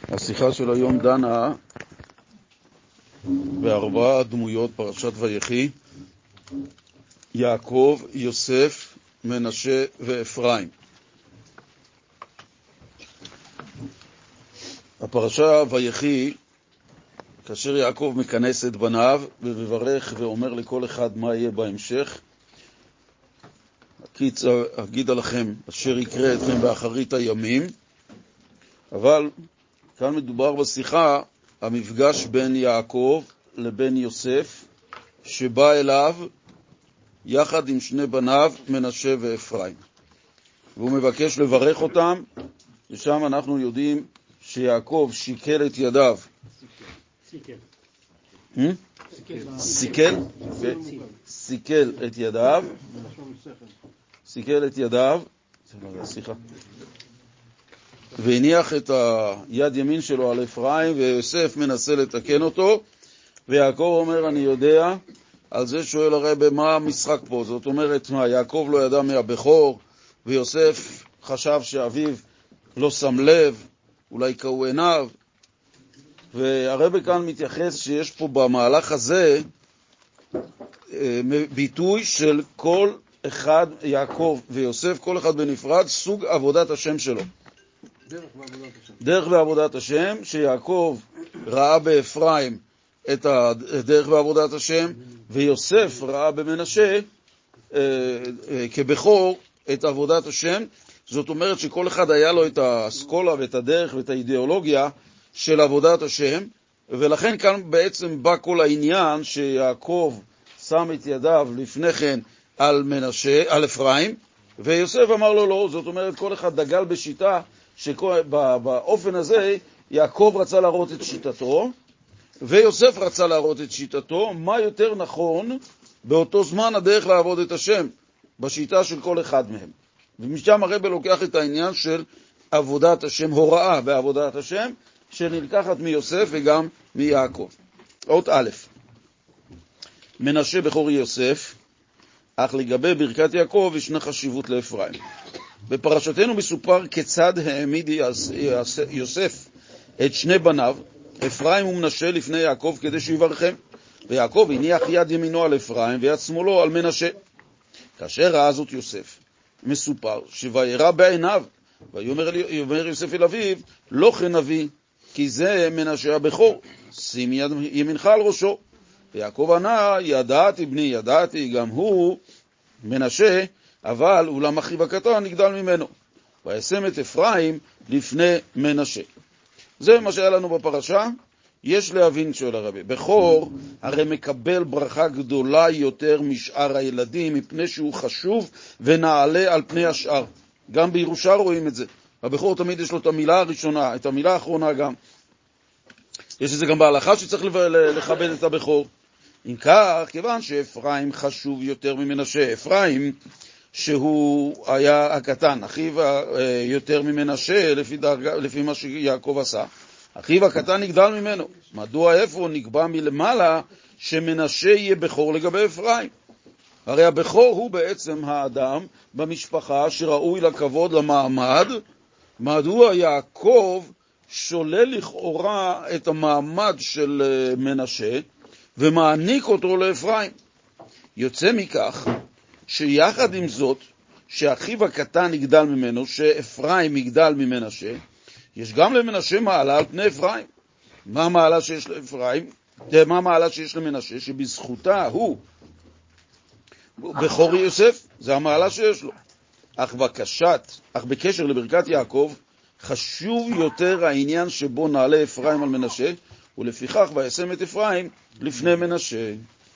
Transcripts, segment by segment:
השיחה של היום דנה בארבעה דמויות פרשת ויחי: יעקב, יוסף, מנשה ואפרים. הפרשה ויחי, כאשר יעקב מכנס את בניו ומברך ואומר לכל אחד מה יהיה בהמשך. הקיץ אגידה לכם אשר יקרה אתכם באחרית הימים. אבל כאן מדובר בשיחה המפגש בין יעקב לבין יוסף, שבא אליו יחד עם שני בניו מנשה ואפרים, והוא מבקש לברך אותם. ושם אנחנו יודעים שיעקב שיקל את ידיו. סיכל את ידיו. סיכל את ידיו. סליחה. והניח את היד ימין שלו על אפרים, ויוסף מנסה לתקן אותו, ויעקב אומר, אני יודע. על זה שואל הרב, מה המשחק פה? זאת אומרת, מה, יעקב לא ידע מהבכור, ויוסף חשב שאביו לא שם לב, אולי קהו עיניו. והרב כאן מתייחס שיש פה במהלך הזה ביטוי של כל אחד, יעקב ויוסף, כל אחד בנפרד, סוג עבודת השם שלו. דרך ועבודת השם, שיעקב ראה באפרים את הדרך ועבודת השם, ויוסף ראה במנשה כבכור את עבודת השם. זאת אומרת שכל אחד היה לו את האסכולה ואת הדרך ואת האידיאולוגיה של עבודת השם, ולכן כאן בעצם בא כל העניין שיעקב שם את ידיו לפני כן על מנשה, על אפרים, ויוסף אמר לו לא. זאת אומרת כל אחד דגל בשיטה שבאופן הזה יעקב רצה להראות את שיטתו ויוסף רצה להראות את שיטתו, מה יותר נכון באותו זמן הדרך לעבוד את השם בשיטה של כל אחד מהם. ומשם הרב לוקח את העניין של עבודת השם, הוראה בעבודת השם, שנלקחת מיוסף וגם מיעקב. אות א', מנשה בכור יוסף, אך לגבי ברכת יעקב ישנה חשיבות לאפרים. בפרשתנו מסופר כיצד העמיד יוסף את שני בניו, אפרים ומנשה, לפני יעקב כדי שיברכם. ויעקב הניח יד ימינו על אפרים ויד שמאלו על מנשה. כאשר ראה זאת יוסף, מסופר שוירא בעיניו, ויאמר יוסף אל אביו, לא כן אבי, כי זה מנשה הבכור, שים יד ימינך על ראשו. ויעקב ענה, ידעתי בני, ידעתי, גם הוא מנשה, אבל אולם אחיו הקטן נגדל ממנו. וישם את אפרים לפני מנשה. זה מה שהיה לנו בפרשה. יש להבין, שואל הרבי, בכור הרי מקבל ברכה גדולה יותר משאר הילדים, מפני שהוא חשוב ונעלה על פני השאר. גם בירושה רואים את זה. הבכור תמיד יש לו את המילה הראשונה, את המילה האחרונה גם. יש את זה גם בהלכה שצריך לכבד את הבכור. אם כך, כיוון שאפרים חשוב יותר ממנשה, אפרים שהוא היה הקטן, אחיו יותר ממנשה לפי מה שיעקב עשה, אחיו הקטן נגדל ממנו. מדוע איפה נקבע מלמעלה שמנשה יהיה בכור לגבי אפרים? הרי הבכור הוא בעצם האדם במשפחה שראוי לכבוד, למעמד. מדוע יעקב שולל לכאורה את המעמד של מנשה ומעניק אותו לאפרים? יוצא מכך שיחד עם זאת שאחיו הקטן יגדל ממנו, שאפרים יגדל ממנשה, יש גם למנשה מעלה על פני אפרים. מה המעלה שיש לאפרים? מה המעלה שיש למנשה? שבזכותה הוא בכור יוסף, זה המעלה שיש לו. אך בקשר לברכת יעקב חשוב יותר העניין שבו נעלה אפרים על מנשה, ולפיכך וישם את אפרים לפני מנשה.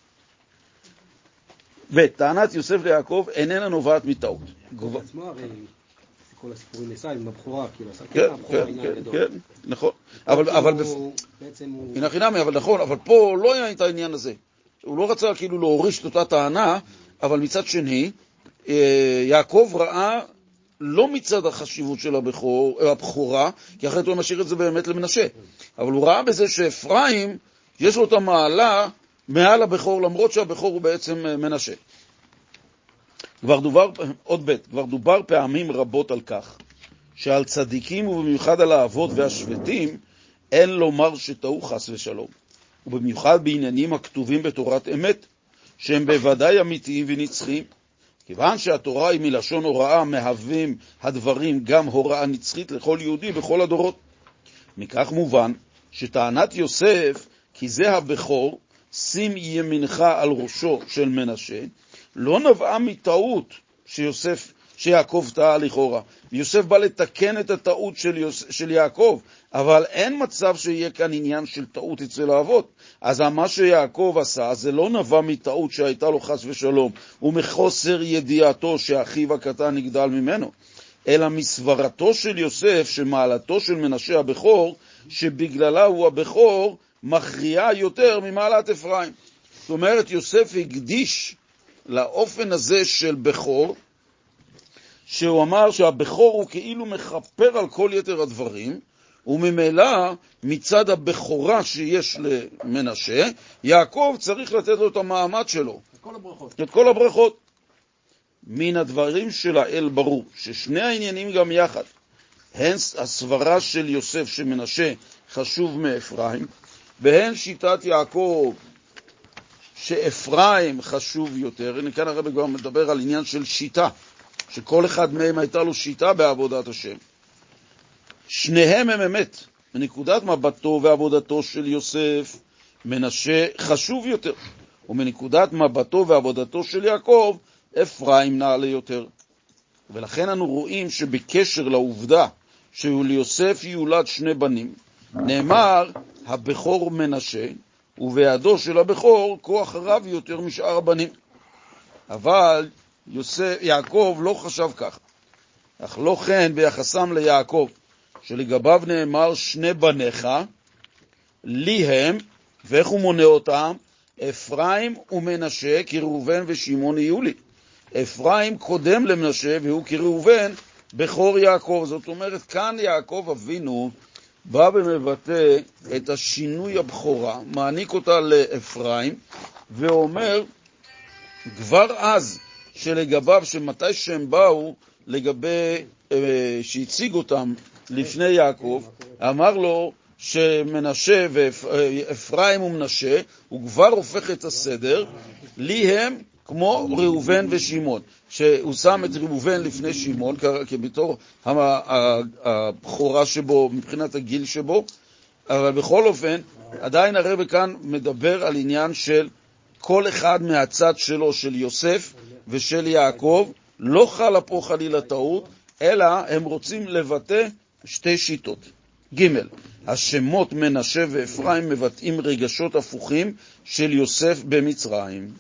וטענת יוסף ליעקב איננה נובעת מטעות. עצמו הרי כל הסיפורים נעשה עם הבכורה, כאילו עשה כן הבכורה עניין גדול. כן, נכון. אבל נכון, אבל פה לא היה את העניין הזה. הוא לא רצה כאילו להוריש את אותה טענה, אבל מצד שני, יעקב ראה לא מצד החשיבות של הבכורה, כי אחרת הוא משאיר את זה באמת למנשה. אבל הוא ראה בזה שאפרים יש לו את המעלה מעל הבכור, למרות שהבכור הוא בעצם מנשה. כבר דובר פעמים רבות על כך שעל צדיקים ובמיוחד על האבות והשבטים אין לומר שטעו חס ושלום, ובמיוחד בעניינים הכתובים בתורת אמת, שהם בוודאי אמיתיים ונצחיים. כיוון שהתורה היא מלשון הוראה, מהווים הדברים גם הוראה נצחית לכל יהודי בכל הדורות. מכך מובן שטענת יוסף, כי זה הבכור, שים ימינך על ראשו של מנשה, לא נבעה מטעות שיעקב טעה לכאורה. יוסף בא לתקן את הטעות של יעקב, אבל אין מצב שיהיה כאן עניין של טעות אצל האבות. אז מה שיעקב עשה זה לא נבע מטעות שהייתה לו חס ושלום, ומחוסר ידיעתו שאחיו הקטן נגדל ממנו, אלא מסברתו של יוסף שמעלתו של מנשה הבכור, שבגללה הוא הבכור, מכריעה יותר ממעלת אפרים. זאת אומרת, יוסף הקדיש לאופן הזה של בכור, שהוא אמר שהבכור הוא כאילו מחפר על כל יתר הדברים, וממילא מצד הבכורה שיש למנשה, יעקב צריך לתת לו את המעמד שלו. את כל הברכות. מן הדברים של האל ברור, ששני העניינים גם יחד, הן הסברה של יוסף שמנשה חשוב מאפרים, והן שיטת יעקב שאפרים חשוב יותר. הנה כאן הרב כבר מדבר על עניין של שיטה, שכל אחד מהם הייתה לו שיטה בעבודת השם. שניהם הם אמת. מנקודת מבטו ועבודתו של יוסף, מנשה חשוב יותר, ומנקודת מבטו ועבודתו של יעקב, אפרים נעלה יותר. ולכן אנו רואים שבקשר לעובדה שליוסף יולד שני בנים, נאמר הבכור מנשה, ובידו של הבכור כוח רב יותר משאר הבנים. אבל יעקב לא חשב כך. אך לא כן ביחסם ליעקב, שלגביו נאמר שני בניך, לי הם, ואיך הוא מונה אותם? אפרים ומנשה, כי ראובן ושמעון יהיו לי. אפרים קודם למנשה, והוא כראובן בכור יעקב. זאת אומרת, כאן יעקב אבינו בא ומבטא את השינוי הבכורה, מעניק אותה לאפרים, ואומר כבר אז שלגביו, שמתי שהם באו, לגבי שהציג אותם לפני יעקב, אמר לו שמנשה ואפרים ומנשה, הוא כבר הופך את הסדר, לי הם כמו ראובן ושמעון, שהוא שם את ראובן לפני שמעון, כבתור הבכורה שבו, מבחינת הגיל שבו, אבל בכל אופן, עדיין הרב כאן מדבר על עניין של כל אחד מהצד שלו, של יוסף ושל יעקב, לא חלה פה חלילה טעות, אלא הם רוצים לבטא שתי שיטות. ג' השמות מנשה ואפרים מבטאים רגשות הפוכים של יוסף במצרים.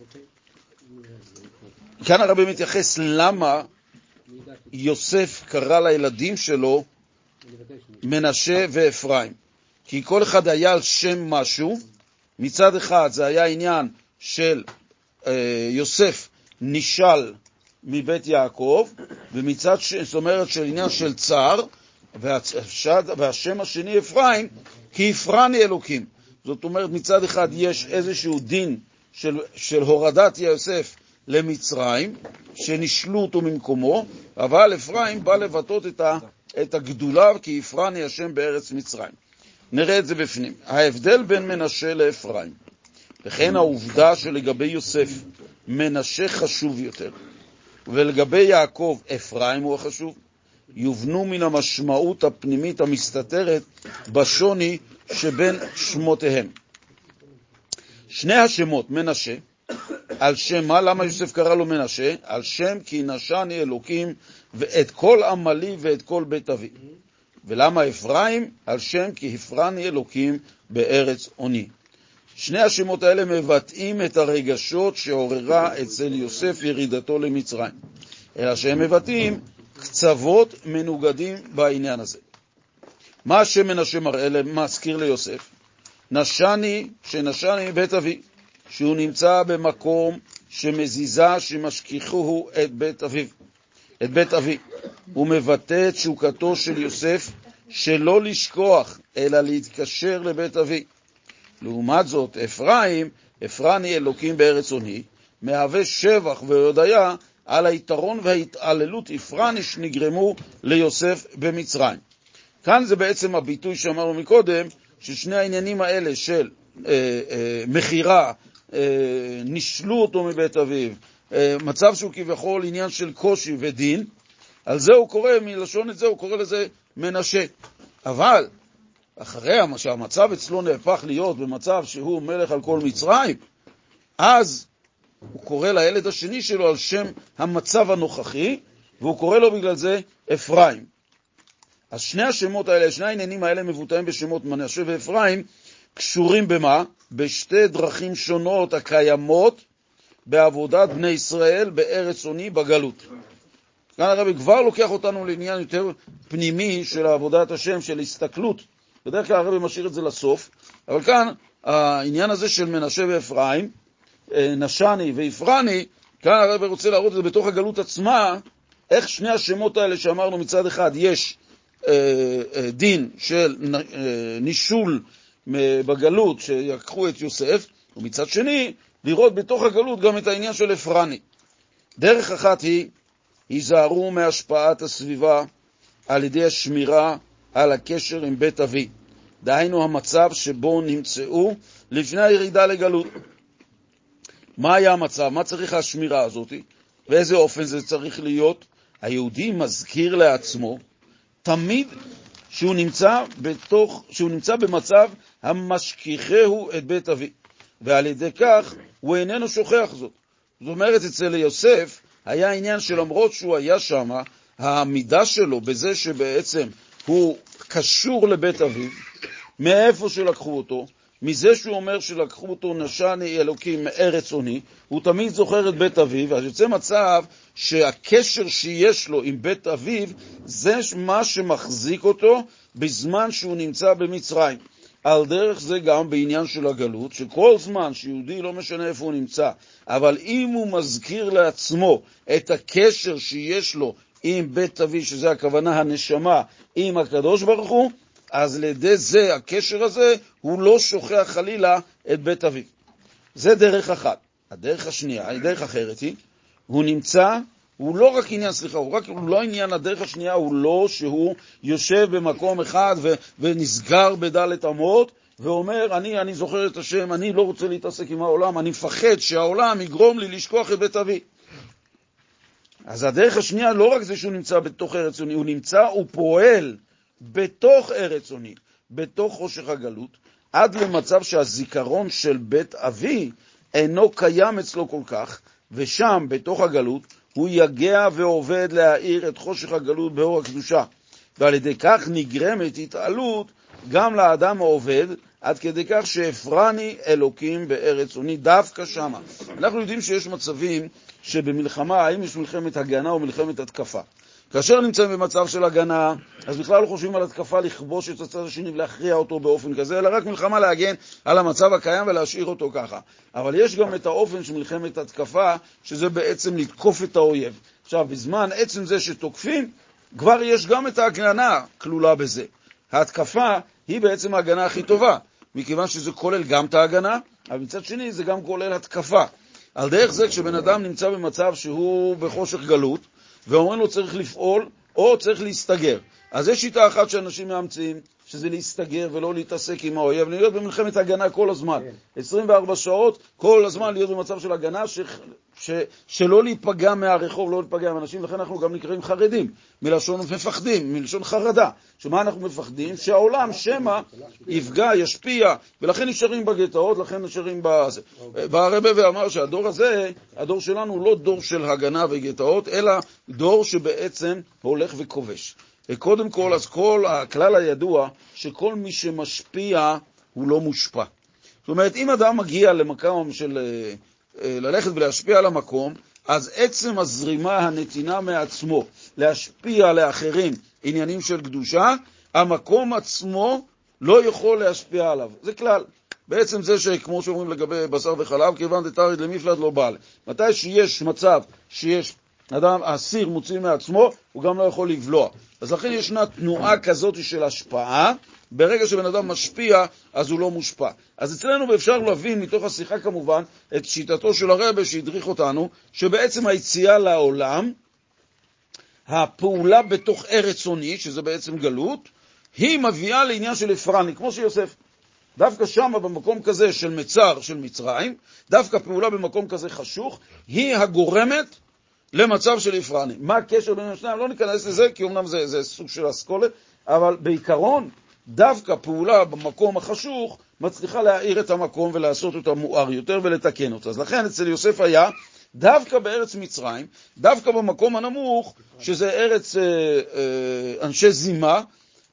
כאן הרב מתייחס למה יוסף קרא לילדים שלו מנשה ואפרים. כי כל אחד היה על שם משהו. מצד אחד זה היה עניין של יוסף נשאל מבית יעקב, ומצד זאת אומרת של עניין של צער, והשם השני אפרים, כי אפרני אלוקים. זאת אומרת, מצד אחד יש איזשהו דין של הורדת יוסף למצרים, שנשלו אותו ממקומו, אבל אפרים בא לבטאות את הגדולה, כי אפרני השם בארץ מצרים. נראה את זה בפנים. ההבדל בין מנשה לאפרים, וכן העובדה שלגבי יוסף מנשה חשוב יותר, ולגבי יעקב אפרים הוא החשוב, יובנו מן המשמעות הפנימית המסתתרת בשוני שבין שמותיהם. שני השמות מנשה, על שם מה? למה יוסף קרא לו מנשה? על שם כי נשני אלוקים ואת כל עמלי ואת כל בית אבי. ולמה אפרים? על שם כי הפרני אלוקים בארץ עוני. שני השמות האלה מבטאים את הרגשות שעוררה אצל יוסף ירידתו למצרים, אלא שהם מבטאים קצוות מנוגדים בעניין הזה. מה השם מנשה מראה? מזכיר ליוסף נשני, שנשני מבית אבי, שהוא נמצא במקום שמזיזה שמשכיחוהו את בית אבי. הוא מבטא את שוקתו של יוסף שלא לשכוח אלא להתקשר לבית אבי. לעומת זאת אפרים, אפרני אלוקים בארץ עוני, מהווה שבח והודיה על היתרון וההתעללות אפרני שנגרמו ליוסף במצרים. כאן זה בעצם הביטוי שאמרנו מקודם, ששני העניינים האלה של מחירה, נשלו אותו מבית אביו, מצב שהוא כביכול עניין של קושי ודין, על זה הוא קורא, מלשון את זה הוא קורא לזה מנשה. אבל אחרי שהמצב אצלו נהפך להיות במצב שהוא מלך על כל מצרים, אז הוא קורא לילד השני שלו על שם המצב הנוכחי, והוא קורא לו בגלל זה אפרים. אז שני השמות האלה, שני העניינים האלה מבוטאים בשמות מנשה ואפרים, קשורים במה? בשתי דרכים שונות הקיימות בעבודת בני ישראל בארץ עוני בגלות. כאן הרבי כבר לוקח אותנו לעניין יותר פנימי של עבודת השם, של הסתכלות. בדרך כלל הרבי משאיר את זה לסוף, אבל כאן העניין הזה של מנשה ואפרים, נשני ואפרני, כאן הרבי רוצה להראות את זה בתוך הגלות עצמה, איך שני השמות האלה שאמרנו מצד אחד יש דין של נישול בגלות שיקחו את יוסף, ומצד שני לראות בתוך הגלות גם את העניין של אפרני. דרך אחת היא, היזהרו מהשפעת הסביבה על ידי השמירה על הקשר עם בית אבי. דהיינו המצב שבו נמצאו לפני הירידה לגלות. מה היה המצב? מה צריך השמירה הזאת? באיזה אופן זה צריך להיות? היהודי מזכיר לעצמו תמיד שהוא נמצא במצב המשכיחהו את בית אבי, ועל ידי כך הוא איננו שוכח זאת. זאת אומרת, אצל יוסף היה עניין שלמרות שהוא היה שם, העמידה שלו בזה שבעצם הוא קשור לבית אביו, מאיפה שלקחו אותו, מזה שהוא אומר שלקחו אותו נשני אלוקים מארץ עוני, הוא תמיד זוכר את בית אביו, אז יוצא מצב שהקשר שיש לו עם בית אביו, זה מה שמחזיק אותו בזמן שהוא נמצא במצרים. על דרך זה גם בעניין של הגלות, שכל זמן שיהודי לא משנה איפה הוא נמצא, אבל אם הוא מזכיר לעצמו את הקשר שיש לו עם בית אביו, שזה הכוונה הנשמה, עם הקדוש ברוך הוא, אז לידי זה, הקשר הזה, הוא לא שוכח חלילה את בית אביו. זה דרך אחת. הדרך השנייה, הדרך אחרת היא, הוא נמצא, הוא לא רק עניין, הוא לא עניין, הדרך השנייה הוא לא שהוא יושב במקום אחד ונסגר בדלת אמות, ואומר, אני זוכר את השם, אני לא רוצה להתעסק עם העולם, אני מפחד שהעולם יגרום לי לשכוח את בית אבי. אז הדרך השנייה לא רק זה שהוא נמצא בתוך ארץ עוני, הוא נמצא, הוא פועל בתוך ארץ עוני, בתוך חושך הגלות, עד למצב שהזיכרון של בית אבי אינו קיים אצלו כל כך, ושם, בתוך הגלות, הוא יגע ועובד להאיר את חושך הגלות באור הקדושה. ועל ידי כך נגרמת התעלות גם לאדם העובד, עד כדי כך שאפרני אלוקים בארץ עוני, דווקא שמה. אנחנו יודעים שיש מצבים שבמלחמה, האם יש מלחמת הגנה או מלחמת התקפה. כאשר נמצאים במצב של הגנה, אז בכלל לא חושבים על התקפה לכבוש את הצד השני ולהכריע אותו באופן כזה, אלא רק מלחמה להגן על המצב הקיים ולהשאיר אותו ככה. אבל יש גם את האופן של מלחמת התקפה, שזה בעצם לתקוף את האויב. עכשיו, בזמן עצם זה שתוקפים, כבר יש גם את ההגנה כלולה בזה. ההתקפה היא בעצם ההגנה הכי טובה, מכיוון שזה כולל גם את ההגנה, אבל מצד שני זה גם כולל התקפה. על דרך זה, כשבן אדם נמצא במצב שהוא בחושך גלות, ואומרים לו צריך לפעול או צריך להסתגר. אז יש שיטה אחת שאנשים מאמצים, שזה להסתגר ולא להתעסק עם האויב, להיות במלחמת הגנה כל הזמן. 24 שעות, כל הזמן להיות במצב של הגנה, שלא להיפגע מהרחוב, לא להיפגע מאנשים, לכן אנחנו גם נקראים חרדים, מלשון מפחדים, מלשון חרדה. שמה אנחנו מפחדים? שהעולם שמה יפגע, ישפיע, ולכן נשארים בגטאות, לכן נשארים בזה. והרבי ואמר שהדור הזה, הדור שלנו הוא לא דור של הגנה וגטאות, אלא דור שבעצם הולך וכובש. קודם כל, אז כל הכלל הידוע שכל מי שמשפיע הוא לא מושפע. זאת אומרת, אם אדם מגיע למקום של ללכת ולהשפיע על המקום, אז עצם הזרימה, הנתינה מעצמו, להשפיע לאחרים עניינים של קדושה, המקום עצמו לא יכול להשפיע עליו. זה כלל. בעצם זה שכמו שאומרים לגבי בשר וחלב, כיוון דתריד למפלט לא בעל. מתי שיש מצב שיש אדם, האסיר מוציא מעצמו, הוא גם לא יכול לבלוע. אז לכן ישנה תנועה כזאת של השפעה, ברגע שבן אדם משפיע, אז הוא לא מושפע. אז אצלנו אפשר להבין מתוך השיחה כמובן, את שיטתו של הרבי שהדריך אותנו, שבעצם היציאה לעולם, הפעולה בתוך ארץ עוני, שזה בעצם גלות, היא מביאה לעניין של אפרני, כמו שיוסף. דווקא שם, במקום כזה של מצר, של מצרים, דווקא פעולה במקום כזה חשוך, היא הגורמת למצב של אפרני. מה הקשר בין השניים? לא ניכנס לזה, כי אומנם זה סוג של אסכולה, אבל בעיקרון, דווקא פעולה במקום החשוך, מצליחה להאיר את המקום ולעשות אותה מואר יותר ולתקן אותה. אז לכן אצל יוסף היה, דווקא בארץ מצרים, דווקא במקום הנמוך, שזה ארץ אנשי זימה,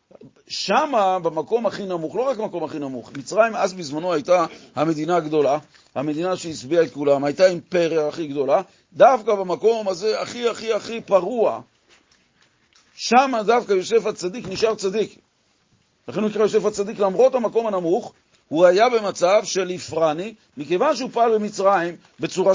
שמה במקום הכי נמוך, לא רק במקום הכי נמוך, מצרים אז בזמנו הייתה המדינה הגדולה, המדינה שהסביעה את כולם, הייתה האימפריה הכי גדולה, דווקא במקום הזה הכי הכי הכי פרוע, שמה דווקא יוסף הצדיק נשאר צדיק. לכן הוא נקרא יוסף הצדיק, למרות המקום הנמוך, הוא היה במצב של אפרני, מכיוון שהוא פעל במצרים בצורה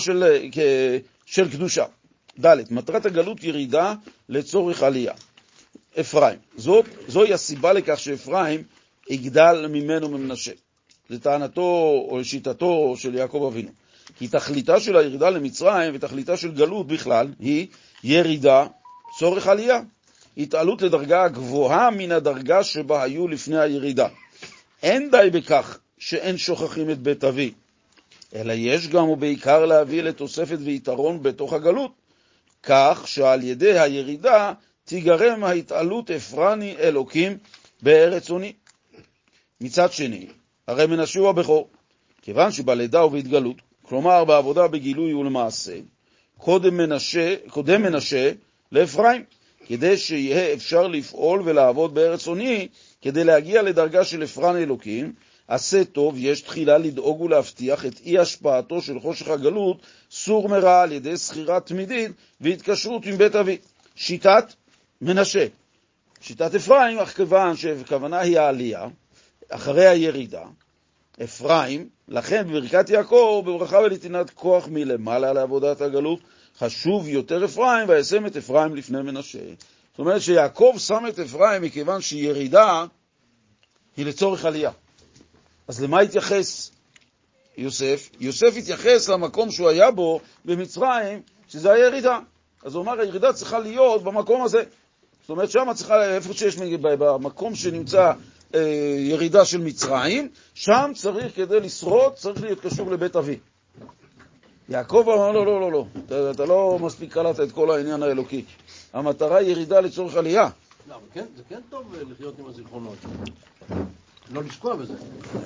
של קדושה. ד' מטרת הגלות ירידה לצורך עלייה. אפרים. זוהי הסיבה לכך שאפרים יגדל ממנו ממנשה. זה טענתו או שיטתו של יעקב אבינו. כי תכליתה של הירידה למצרים ותכליתה של גלות בכלל היא ירידה, צורך עלייה. התעלות לדרגה הגבוהה מן הדרגה שבה היו לפני הירידה. אין די בכך שאין שוכחים את בית אבי, אלא יש גם ובעיקר להביא לתוספת ויתרון בתוך הגלות, כך שעל ידי הירידה תיגרם ההתעלות אפרני אלוקים בארץ עוני. מצד שני, הרי מנשה הוא הבכור, כיוון שבלידה ובהתגלות, כלומר בעבודה בגילוי ולמעשה, קודם מנשה לאפרים, כדי שיהיה אפשר לפעול ולעבוד בארץ עוני, כדי להגיע לדרגה של אפרן אלוקים, עשה טוב, יש תחילה לדאוג ולהבטיח את אי השפעתו של חושך הגלות, סור מרע על ידי סחירה תמידית והתקשרות עם בית אבי. שיטת מנשה. שיטת אפרים, אך כיוון שכוונה היא העלייה, אחרי הירידה, אפרים, לכן בברכת יעקב, בברכה ולנתינת כוח מלמעלה לעבודת הגלות, חשוב יותר אפרים, וישם את אפרים לפני מנשה. זאת אומרת שיעקב שם את אפרים מכיוון שירידה היא לצורך עלייה. אז למה התייחס יוסף? יוסף התייחס למקום שהוא היה בו במצרים, שזה הירידה. אז הוא אומר, הירידה צריכה להיות במקום הזה. זאת אומרת, שם צריכה, איפה שיש במקום שנמצא ירידה של מצרים, שם צריך כדי לשרוד, צריך להיות קשור לבית אבי. יעקב אמר, לא, אתה לא מספיק קלט את כל העניין האלוקי. המטרה היא ירידה לצורך עלייה. לא, אבל זה כן טוב לחיות עם הזיכרונות. לא לשקוע בזה.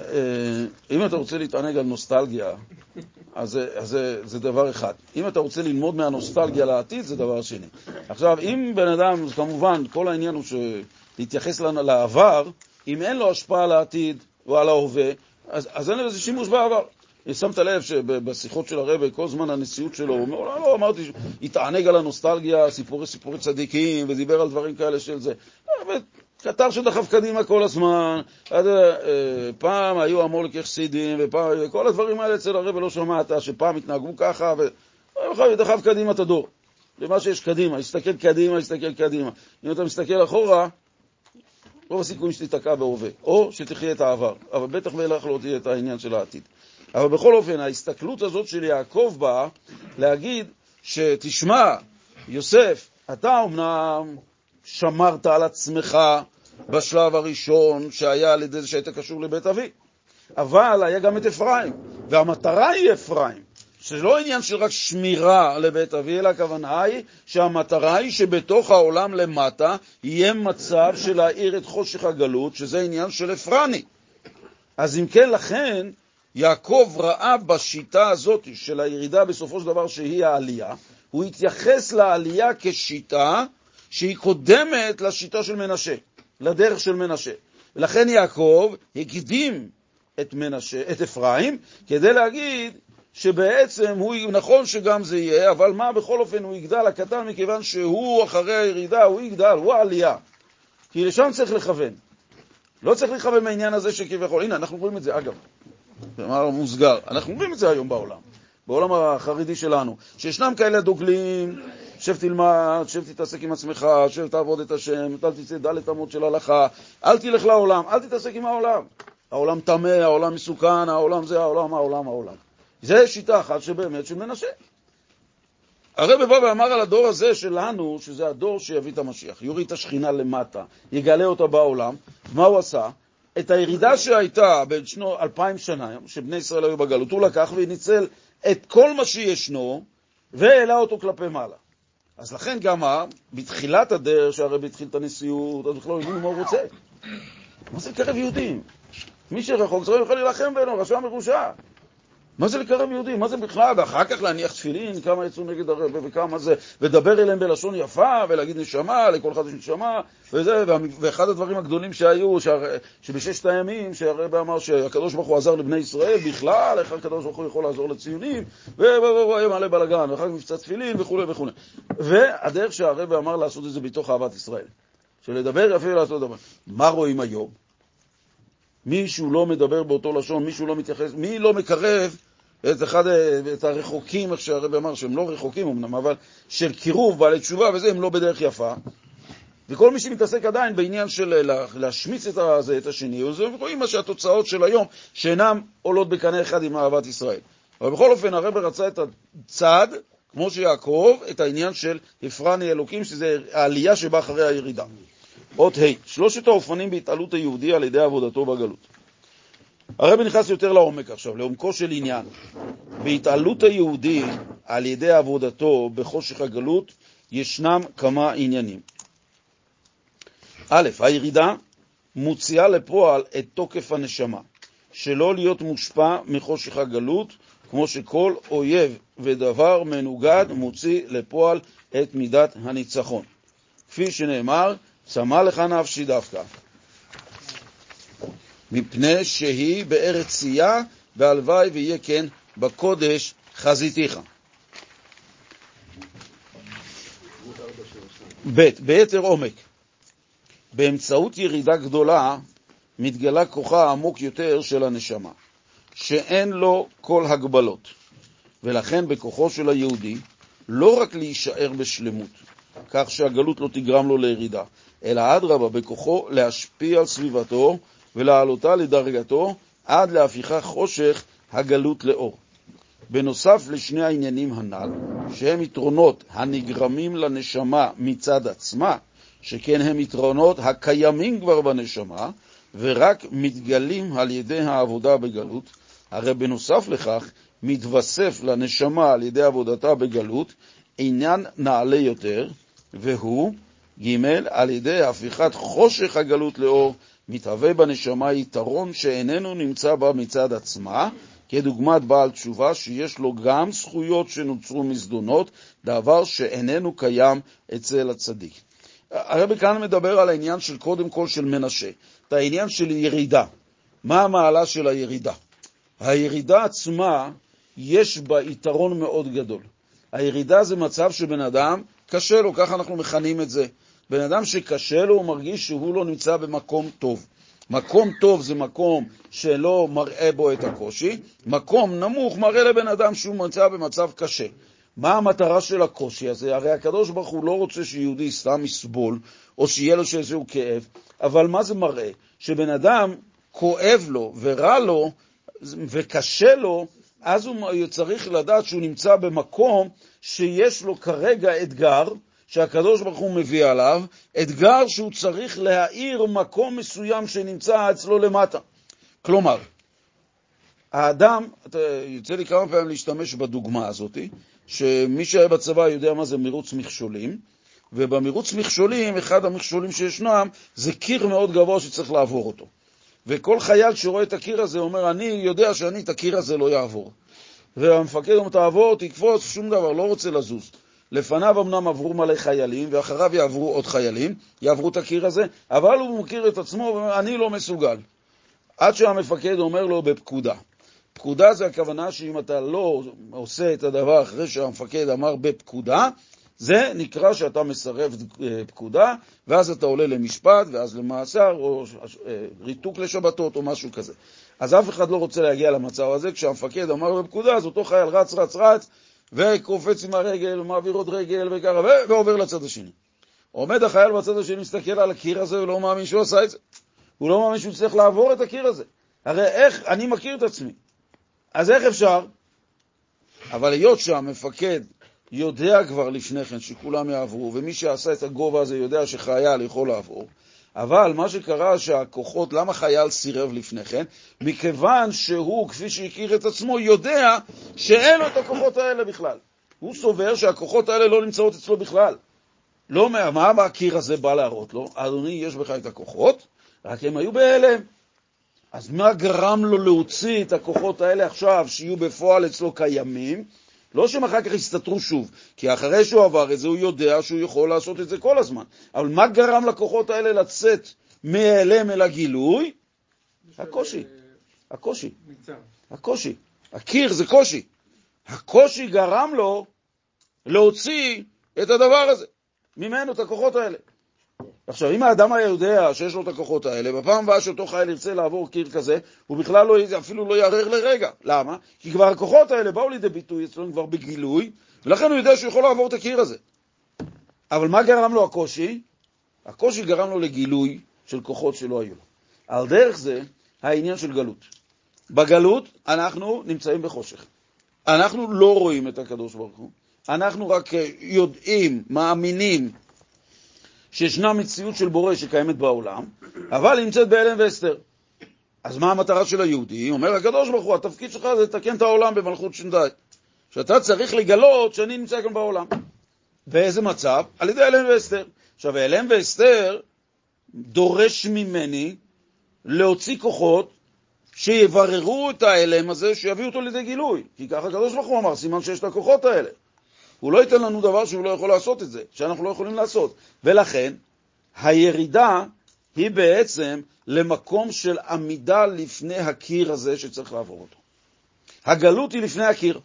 אם אתה רוצה להתענג על נוסטלגיה, אז זה דבר אחד. אם אתה רוצה ללמוד מהנוסטלגיה לעתיד, זה דבר שני. עכשיו, אם בן אדם, כמובן, כל העניין הוא להתייחס לעבר, אם אין לו השפעה על העתיד או על ההווה, אז אין לזה שימוש בעבר. שמת לב שבשיחות של הרב, כל זמן הנשיאות שלו, הוא אומר, לא, אמרתי, התענג על הנוסטלגיה, סיפורי צדיקים, ודיבר על דברים כאלה של זה. קטר שדחף קדימה כל הזמן, פעם היו המולק חסידים, וכל הדברים האלה אצל הרב לא שמעת, שפעם התנהגו ככה, ודחף קדימה את הדור. למה שיש קדימה, הסתכל קדימה. אם אתה מסתכל אחורה, רוב הסיכויים שתתקע בהווה, או שתחיה את העבר, אבל בטח ואילך לא תהיה את העניין של העתיד. אבל בכל אופן, ההסתכלות הזאת של יעקב באה להגיד שתשמע, יוסף, אתה אומנם שמרת על עצמך בשלב הראשון שהיה על ידי זה שהיית קשור לבית אבי, אבל היה גם את אפרים, והמטרה היא אפרים, שלא עניין של רק שמירה לבית אבי, אלא הכוונה היא שהמטרה היא שבתוך העולם למטה יהיה מצב של להאיר את חושך הגלות, שזה עניין של אפרני. אז אם כן, לכן יעקב ראה בשיטה הזאת של הירידה בסופו של דבר שהיא העלייה, הוא התייחס לעלייה כשיטה שהיא קודמת לשיטה של מנשה, לדרך של מנשה. ולכן יעקב הקדים את אפרים כדי להגיד שבעצם הוא נכון שגם זה יהיה, אבל מה בכל אופן הוא יגדל הקטן מכיוון שהוא אחרי הירידה, הוא יגדל, הוא העלייה. כי לשם צריך לכוון. לא צריך לכוון מהעניין הזה שכביכול, הנה אנחנו רואים את זה אגב. במאמר מוסגר. אנחנו רואים את זה היום בעולם החרדי שלנו, שישנם כאלה דוגלים, שב תלמד, שב תתעסק עם עצמך, שב תעבוד את השם, אל תצא דלת אמות של הלכה, אל תלך לעולם, אל תתעסק עם העולם. העולם טמא, העולם מסוכן, העולם זה העולם. זה שיטה אחת שבאמת של מנשה. הרב בא ואמר על הדור הזה שלנו, שזה הדור שיביא את המשיח, יוריד את השכינה למטה, יגלה אותה בעולם, מה הוא עשה? את הירידה שהייתה בין 2000 שנה, שבני ישראל היו בגלות, הוא לקח וניצל את כל מה שישנו, והעלה אותו כלפי מעלה. אז לכן גם בתחילת הדרך שהרבי התחיל את הנשיאות, אז בכלל הבינו מה הוא רוצה. מה זה לקרב יהודים? מי שרחוק צריך יכול להילחם בינו, רשע מרושע. מה זה לקרב יהודים? מה זה בכלל? אחר כך להניח תפילין, כמה יצאו נגד הרב וכמה זה, ודבר אליהם בלשון יפה, ולהגיד נשמה, לכל אחד יש נשמה, וזה, ואחד הדברים הגדולים שהיו, שבששת הימים, שהרב אמר שהקדוש ברוך הוא עזר לבני ישראל, בכלל, איך הקדוש ברוך הוא יכול לעזור לציונים, והיה מעלה בלגן, ואחר כך מבצע תפילין וכו' וכו'. והדרך שהרב אמר לעשות את זה בתוך אהבת ישראל, שלדבר יפה לעשות דבר. מה רואים היום? מישהו לא מדבר באותו לשון, מישהו לא מתייחס, מי לא מקרב את הרחוקים, איך שהרב אמר, שהם לא רחוקים אמנם, אבל של קירוב, בעלי תשובה וזה, הם לא בדרך יפה. וכל מי שמתעסק עדיין בעניין של להשמיץ את השני, ורואים מה שהתוצאות של היום, שאינם עולות בקנה אחד עם אהבת ישראל. אבל בכל אופן, הרב רצה את הצעד, כמו שיעקב, את העניין של הפרני אלוקים, שזה העלייה שבא אחרי הירידה. אות ה' שלושת האופנים בהתעלות היהודי על ידי עבודתו בגלות. הרב נכנס יותר לעומק עכשיו, לעומקו של עניין. בהתעלות היהודי על ידי עבודתו בחושך הגלות ישנם כמה עניינים. א', הירידה מוציאה לפועל את תוקף הנשמה, שלא להיות מושפע מחושך הגלות, כמו שכל אויב ודבר מנוגד מוציא לפועל את מידת הניצחון. כפי שנאמר, צמא לך נפשי דווקא, מפני שהיא בארץ צייה, והלוואי ויהיה כן בקודש חזיתיך. ב', ביתר עומק, באמצעות ירידה גדולה מתגלה כוחה העמוק יותר של הנשמה, שאין לו כל הגבלות, ולכן בכוחו של היהודי לא רק להישאר בשלמות, כך שהגלות לא תגרם לו לירידה, אלא אדרבה, בכוחו להשפיע על סביבתו ולהעלותה לדרגתו עד להפיכה חושך הגלות לאור. בנוסף לשני העניינים הנ"ל, שהם יתרונות הנגרמים לנשמה מצד עצמה, שכן הם יתרונות הקיימים כבר בנשמה, ורק מתגלים על ידי העבודה בגלות, הרי בנוסף לכך מתווסף לנשמה על ידי עבודתה בגלות עניין נעלה יותר, והוא ג' על ידי הפיכת חושך הגלות לאור, מתהווה בנשמה יתרון שאיננו נמצא בה מצד עצמה, כדוגמת בעל תשובה שיש לו גם זכויות שנוצרו מזדונות, דבר שאיננו קיים אצל הצדיק. הרב כאן מדבר על העניין של קודם כל של מנשה, את העניין של ירידה. מה המעלה של הירידה? הירידה עצמה יש בה יתרון מאוד גדול. הירידה זה מצב שבן אדם קשה לו, ככה אנחנו מכנים את זה. בן אדם שקשה לו הוא מרגיש שהוא לא נמצא במקום טוב. מקום טוב זה מקום שלא מראה בו את הקושי, מקום נמוך מראה לבן אדם שהוא נמצא במצב קשה. מה המטרה של הקושי הזה? הרי הקדוש ברוך הוא לא רוצה שיהודי סתם יסבול, או שיהיה לו איזשהו כאב, אבל מה זה מראה? שבן אדם כואב לו ורע לו וקשה לו, אז הוא צריך לדעת שהוא נמצא במקום שיש לו כרגע אתגר, שהקדוש ברוך הוא מביא עליו, אתגר שהוא צריך להאיר מקום מסוים שנמצא אצלו למטה. כלומר, האדם, יוצא לי כמה פעמים להשתמש בדוגמה הזאת, שמי שהיה בצבא יודע מה זה מירוץ מכשולים, ובמירוץ מכשולים, אחד המכשולים שישנם, זה קיר מאוד גבוה שצריך לעבור אותו. וכל חייל שרואה את הקיר הזה אומר, אני יודע שאני את הקיר הזה לא יעבור. והמפקד אומר, תעבור, תקפוץ, שום דבר, לא רוצה לזוז. לפניו אמנם עברו מלא חיילים, ואחריו יעברו עוד חיילים, יעברו את הקיר הזה, אבל הוא מכיר את עצמו ואומר, אני לא מסוגל. עד שהמפקד אומר לו בפקודה. פקודה זה הכוונה שאם אתה לא עושה את הדבר אחרי שהמפקד אמר בפקודה, זה נקרא שאתה מסרב פקודה, ואז אתה עולה למשפט, ואז למאסר, או ריתוק לשבתות, או משהו כזה. אז אף אחד לא רוצה להגיע למצב הזה, כשהמפקד אמר בפקודה, אז אותו חייל רץ, וקופץ עם הרגל, ומעביר עוד רגל, וככה, ועובר לצד השני. עומד החייל בצד השני, מסתכל על הקיר הזה, ולא מאמין שהוא עשה את זה. הוא לא מאמין שהוא צריך לעבור את הקיר הזה. הרי איך, אני מכיר את עצמי. אז איך אפשר? אבל היות שהמפקד יודע כבר לפני כן שכולם יעברו, ומי שעשה את הגובה הזה יודע שחייל יכול לעבור, אבל מה שקרה שהכוחות, למה חייל סירב לפני כן? מכיוון שהוא, כפי שהכיר את עצמו, יודע שאין לו את הכוחות האלה בכלל. הוא סובר שהכוחות האלה לא נמצאות אצלו בכלל. לא אומר, מה הקיר הזה בא להראות לו? אדוני, יש בך את הכוחות, רק הם היו בהלם. אז מה גרם לו להוציא את הכוחות האלה עכשיו, שיהיו בפועל אצלו קיימים? לא שהם אחר כך יסתתרו שוב, כי אחרי שהוא עבר את זה, הוא יודע שהוא יכול לעשות את זה כל הזמן. אבל מה גרם לכוחות האלה לצאת מהלם אל הגילוי? הקושי. הקושי. הקושי. הקיר זה קושי. הקושי גרם לו להוציא את הדבר הזה, ממנו את הכוחות האלה. עכשיו, אם האדם היה יודע שיש לו את הכוחות האלה, בפעם הבאה שאותו חייל ירצה לעבור קיר כזה, הוא בכלל אפילו לא יערער לרגע. למה? כי כבר הכוחות האלה באו לידי ביטוי אצלנו כבר בגילוי, ולכן הוא יודע שהוא יכול לעבור את הקיר הזה. אבל מה גרם לו הקושי? הקושי גרם לו לגילוי של כוחות שלא היו לו. על דרך זה, העניין של גלות. בגלות אנחנו נמצאים בחושך. אנחנו לא רואים את הקדוש ברוך הוא. אנחנו רק יודעים, מאמינים, שישנה מציאות של בורא שקיימת בעולם, אבל היא נמצאת בהלם והסתר. אז מה המטרה של היהודי? אומר הקדוש ברוך הוא, התפקיד שלך זה לתקן את העולם במלכות שדי. שאתה צריך לגלות שאני נמצא כאן בעולם. באיזה מצב? על ידי הלם והסתר. עכשיו, הלם והסתר דורש ממני להוציא כוחות שיבררו את ההלם הזה, שיביאו אותו לידי גילוי. כי ככה הקדוש ברוך הוא אמר, סימן שיש את הכוחות האלה. הוא לא ייתן לנו דבר שהוא לא יכול לעשות את זה, שאנחנו לא יכולים לעשות. ולכן, הירידה היא בעצם למקום של עמידה לפני הקיר הזה שצריך לעבור אותו. הגלות היא לפני הקיר.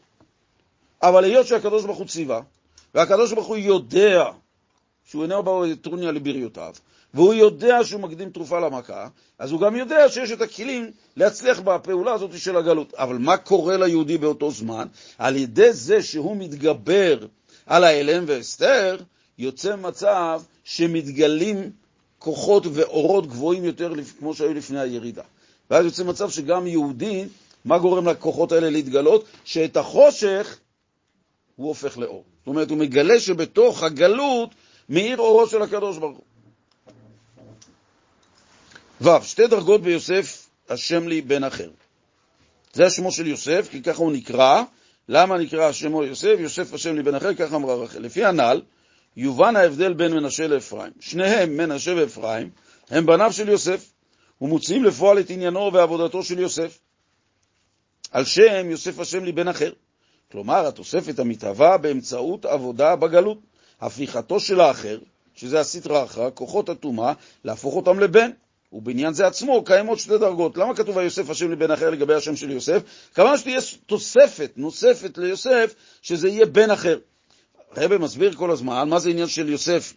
אבל היות שהקדוש ברוך הוא ציווה, והקדוש ברוך הוא יודע שהוא אינו בא טרוניה לבריותיו, והוא יודע שהוא מקדים תרופה למכה, אז הוא גם יודע שיש את הכלים להצליח בפעולה הזאת של הגלות. אבל מה קורה ליהודי באותו זמן? על ידי זה שהוא מתגבר על ההלם והסתר, יוצא מצב שמתגלים כוחות ואורות גבוהים יותר כמו שהיו לפני הירידה. ואז יוצא מצב שגם יהודי, מה גורם לכוחות האלה להתגלות? שאת החושך הוא הופך לאור. זאת אומרת, הוא מגלה שבתוך הגלות מאיר אורו של הקדוש ברוך הוא. שתי דרגות ביוסף, השם לי בן אחר. זה השמו של יוסף, כי ככה הוא נקרא. למה נקרא השמו יוסף? יוסף השם לי בן אחר, ככה אמרה רחל. לפי הנ"ל, יובן ההבדל בין מנשה לאפרים. שניהם, מנשה ואפרים, הם בניו של יוסף, ומוציאים לפועל את עניינו ועבודתו של יוסף. על שם יוסף השם לי בן אחר. כלומר, התוספת המתהווה באמצעות עבודה בגלות. הפיכתו של האחר, שזה הסטרא אחרא, כוחות הטומאה, להפוך אותם לבן. ובעניין זה עצמו קיימות שתי דרגות. למה כתוב יוסף השם לי בן אחר לגבי השם של יוסף? כמובן שתהיה תוספת נוספת ליוסף, שזה יהיה בן אחר. הרב מסביר כל הזמן מה זה עניין של יוסף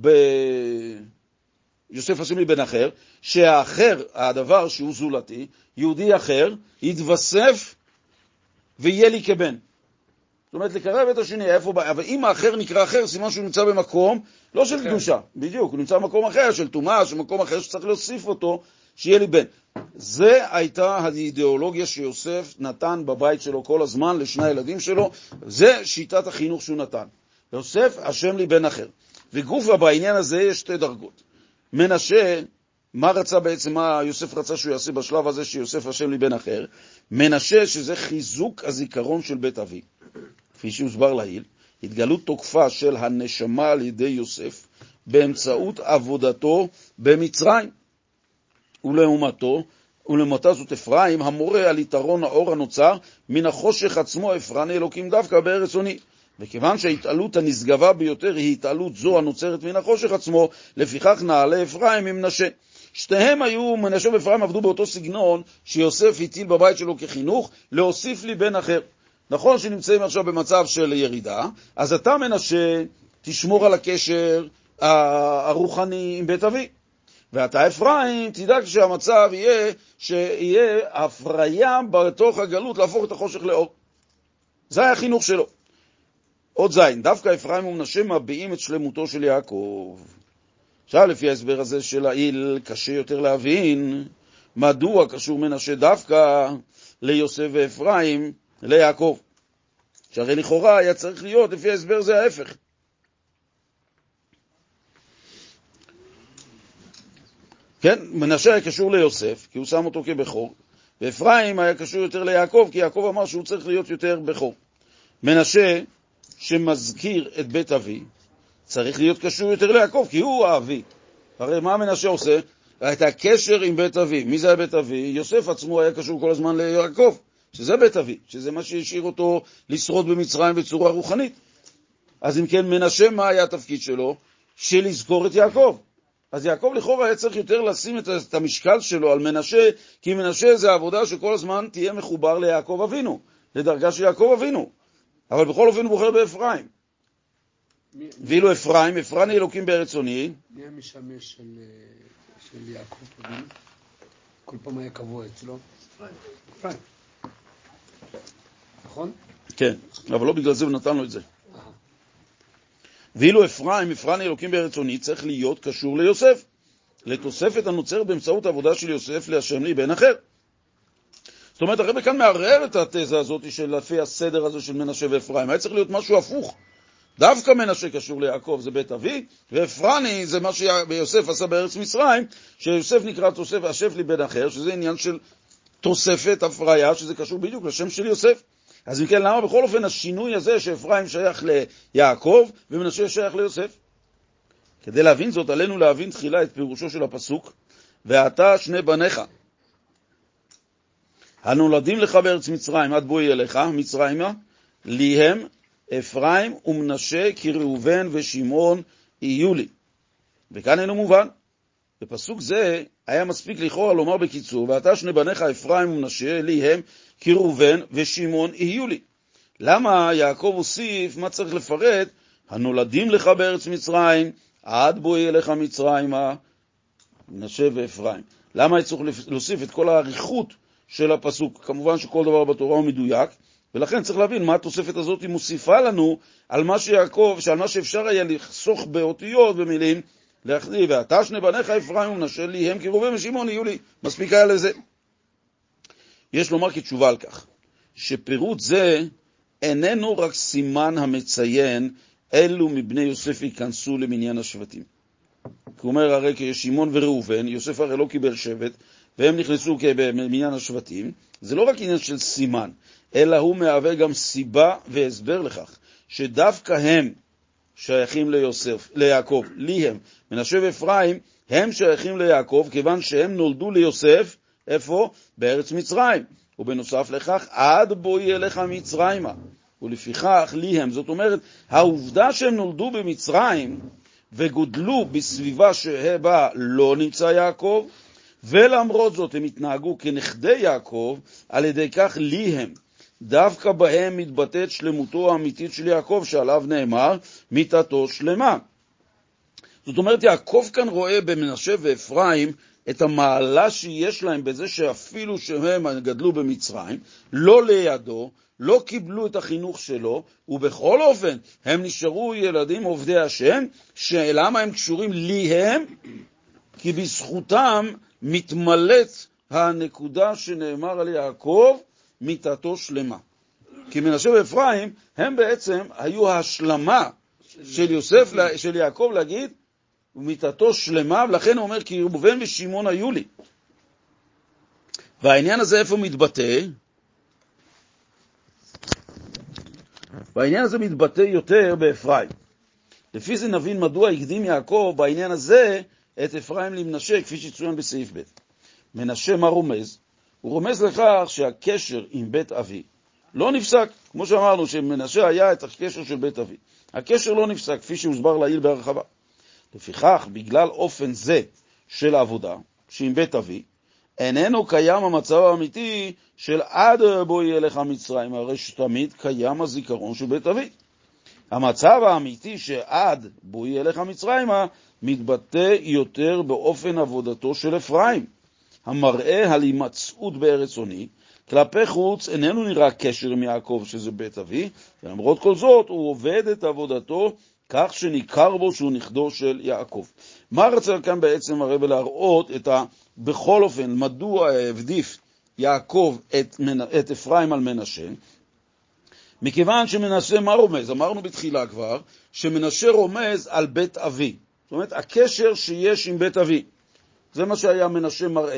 יוסף השם לי בן אחר, שהאחר, הדבר שהוא זולתי, יהודי אחר, יתווסף ויהיה לי כבן. זאת אומרת, לקרב את השני, איפה בא? אבל אם האחר נקרא אחר, סימן שהוא נמצא במקום, לא של קדושה, בדיוק, הוא נמצא במקום אחר, של טומאה, של מקום אחר שצריך להוסיף אותו, שיהיה לי בן. זה הייתה האידיאולוגיה שיוסף נתן בבית שלו כל הזמן, לשני הילדים שלו, זה שיטת החינוך שהוא נתן. יוסף, השם לי בן אחר. וגופה בעניין הזה יש שתי דרגות. מנשה, מה רצה בעצם, מה יוסף רצה שהוא יעשה בשלב הזה שיוסף השם לי בן אחר? מנשה, שזה חיזוק הזיכרון של בית אבי. כפי שהוסבר לעיל, התגלות תוקפה של הנשמה על ידי יוסף באמצעות עבודתו במצרים. ולעומתה זאת אפרים, המורה על יתרון האור הנוצר מן החושך עצמו, אפרני אלוקים דווקא בארץ עוני. וכיוון שההתעלות הנשגבה ביותר היא התעלות זו הנוצרת מן החושך עצמו, לפיכך נעלה אפרים עם מנשה. שתיהם היו, מנשה ואפרים עבדו באותו סגנון שיוסף הטיל בבית שלו כחינוך, להוסיף לי בן אחר. נכון שנמצאים עכשיו במצב של ירידה, אז אתה מנשה תשמור על הקשר הרוחני עם בית אבי. ואתה אפרים תדאג שהמצב יהיה שיהיה הפריה בתוך הגלות להפוך את החושך לאור. זה היה החינוך שלו. עוד זין, דווקא אפרים ומנשה מביעים את שלמותו של יעקב. עכשיו לפי ההסבר הזה של העיל קשה יותר להבין מדוע קשור מנשה דווקא ליוסף ואפרים ליעקב. שהרי לכאורה היה צריך להיות, לפי ההסבר זה ההפך. כן, מנשה היה קשור ליוסף, כי הוא שם אותו כבכור, ואפרים היה קשור יותר ליעקב, כי יעקב אמר שהוא צריך להיות יותר בכור. מנשה, שמזכיר את בית אבי, צריך להיות קשור יותר ליעקב, כי הוא האבי. הרי מה מנשה עושה? את הקשר עם בית אבי. מי זה היה בית אבי? יוסף עצמו היה קשור כל הזמן ליעקב, שזה בית אבי, שזה מה שהשאיר אותו לשרוד במצרים בצורה רוחנית. אז אם כן, מנשה, מה היה התפקיד שלו? של לזכור את יעקב. אז יעקב לכאורה היה צריך יותר לשים את המשקל שלו על מנשה, כי מנשה זה העבודה שכל הזמן תהיה מחובר ליעקב אבינו, לדרגה של יעקב אבינו. אבל בכל אופן הוא בוחר באפרים. ואילו אפרים, אפרני אלוקים בארץ עוני. מי המשמש של יעקב אבינו? כל פעם היה קבוע אצלו. אפרים. נכון? כן, אבל לא בגלל זה הוא נתן לו את זה. ואילו אפרים, אפרני אלוקים בארץ עוני, צריך להיות קשור ליוסף, לתוספת הנוצרת באמצעות העבודה של יוסף להשם לי בן אחר. זאת אומרת, הרב כאן מערער את התזה הזאת של לפי הסדר הזה של מנשה ואפרים. היה צריך להיות משהו הפוך. דווקא מנשה קשור ליעקב, זה בית אבי, ואפרני זה מה שיוסף עשה בארץ מצרים, שיוסף נקרא תוסף השף לי בן אחר, שזה עניין של תוספת, הפריה, שזה קשור בדיוק לשם של יוסף. אז מכן, למה בכל אופן השינוי הזה שאפרים שייך ליעקב ומנשה שייך ליוסף? כדי להבין זאת, עלינו להבין תחילה את פירושו של הפסוק, ואתה שני בניך, הנולדים לך בארץ מצרים, עד בואי אליך, מצרימה, לי הם אפרים ומנשה, כי ראובן ושמעון יהיו לי. וכאן אינו מובן. בפסוק זה היה מספיק לכאורה לומר בקיצור, ואתה שני בניך אפרים ומנשה, לי הם, כי ראובן ושמעון יהיו לי. למה יעקב הוסיף, מה צריך לפרט? הנולדים לך בארץ מצרים, עד בואי אליך מצרימה, מנשה ואפרים. למה צריך להוסיף את כל העריכות של הפסוק? כמובן שכל דבר בתורה הוא מדויק, ולכן צריך להבין מה התוספת הזאת היא מוסיפה לנו על מה שיעקב, שעל מה שאפשר היה לחסוך באותיות ומילים, להכתיב, ואתה שני בניך אפרים ומנשה, לי הם, כי ראובן ושמעון יהיו לי. מספיק היה לזה. יש לומר כתשובה על כך, שפירוט זה איננו רק סימן המציין אלו מבני יוסף ייכנסו למניין השבטים. הוא אומר, הרי כשמעון וראובן, יוסף הרי לא קיבל שבט, והם נכנסו במניין השבטים. זה לא רק עניין של סימן, אלא הוא מהווה גם סיבה והסבר לכך, שדווקא הם שייכים ליעקב, לי הם, מנשה ואפרים, הם שייכים ליעקב, כיוון שהם נולדו ליוסף, איפה? בארץ מצרים. ובנוסף לכך, עד בואי אליך מצרימה. ולפיכך, לי הם. זאת אומרת, העובדה שהם נולדו במצרים, וגודלו בסביבה שבה לא נמצא יעקב, ולמרות זאת הם התנהגו כנכדי יעקב, על ידי כך לי הם. דווקא בהם מתבטאת שלמותו האמיתית של יעקב, שעליו נאמר, מיתתו שלמה. זאת אומרת, יעקב כאן רואה במנשה ואפרים את המעלה שיש להם בזה שאפילו שהם גדלו במצרים, לא לידו, לא קיבלו את החינוך שלו, ובכל אופן הם נשארו ילדים עובדי השם, שלמה הם קשורים לי הם? כי בזכותם מתמלאת הנקודה שנאמר על יעקב, מיתתו שלמה. כי מנשה ואפרים הם בעצם היו ההשלמה של יוסף, של יעקב להגיד, ומיתתו שלמה, ולכן הוא אומר, כי ראובן ושמעון היו לי. והעניין הזה איפה מתבטא? והעניין הזה מתבטא יותר באפרים. לפי זה נבין מדוע הקדים יעקב בעניין הזה את אפרים למנשה, כפי שצוין בסעיף ב'. מנשה מה רומז? הוא רומז לכך שהקשר עם בית אבי לא נפסק. כמו שאמרנו שמנשה היה את הקשר של בית אבי. הקשר לא נפסק, כפי שהוסבר לעיל בהרחבה. לפיכך, בגלל אופן זה של העבודה, שעם בית אבי, איננו קיים המצב האמיתי של עד בואי אליך מצרים, הרי שתמיד קיים הזיכרון של בית אבי. המצב האמיתי שעד בואי אליך מצרים מתבטא יותר באופן עבודתו של אפרים, המראה על הימצאות בארץ עוני. כלפי חוץ איננו נראה קשר עם יעקב שזה בית אבי, ולמרות כל זאת הוא עובד את עבודתו כך שניכר בו שהוא נכדו של יעקב. מה רצה כאן בעצם הרב להראות בכל אופן, מדוע הבדיף יעקב את אפרים על מנשה? מכיוון שמנשה מה רומז? אמרנו בתחילה כבר שמנשה רומז על בית אבי. זאת אומרת, הקשר שיש עם בית אבי. זה מה שהיה מנשה מראה.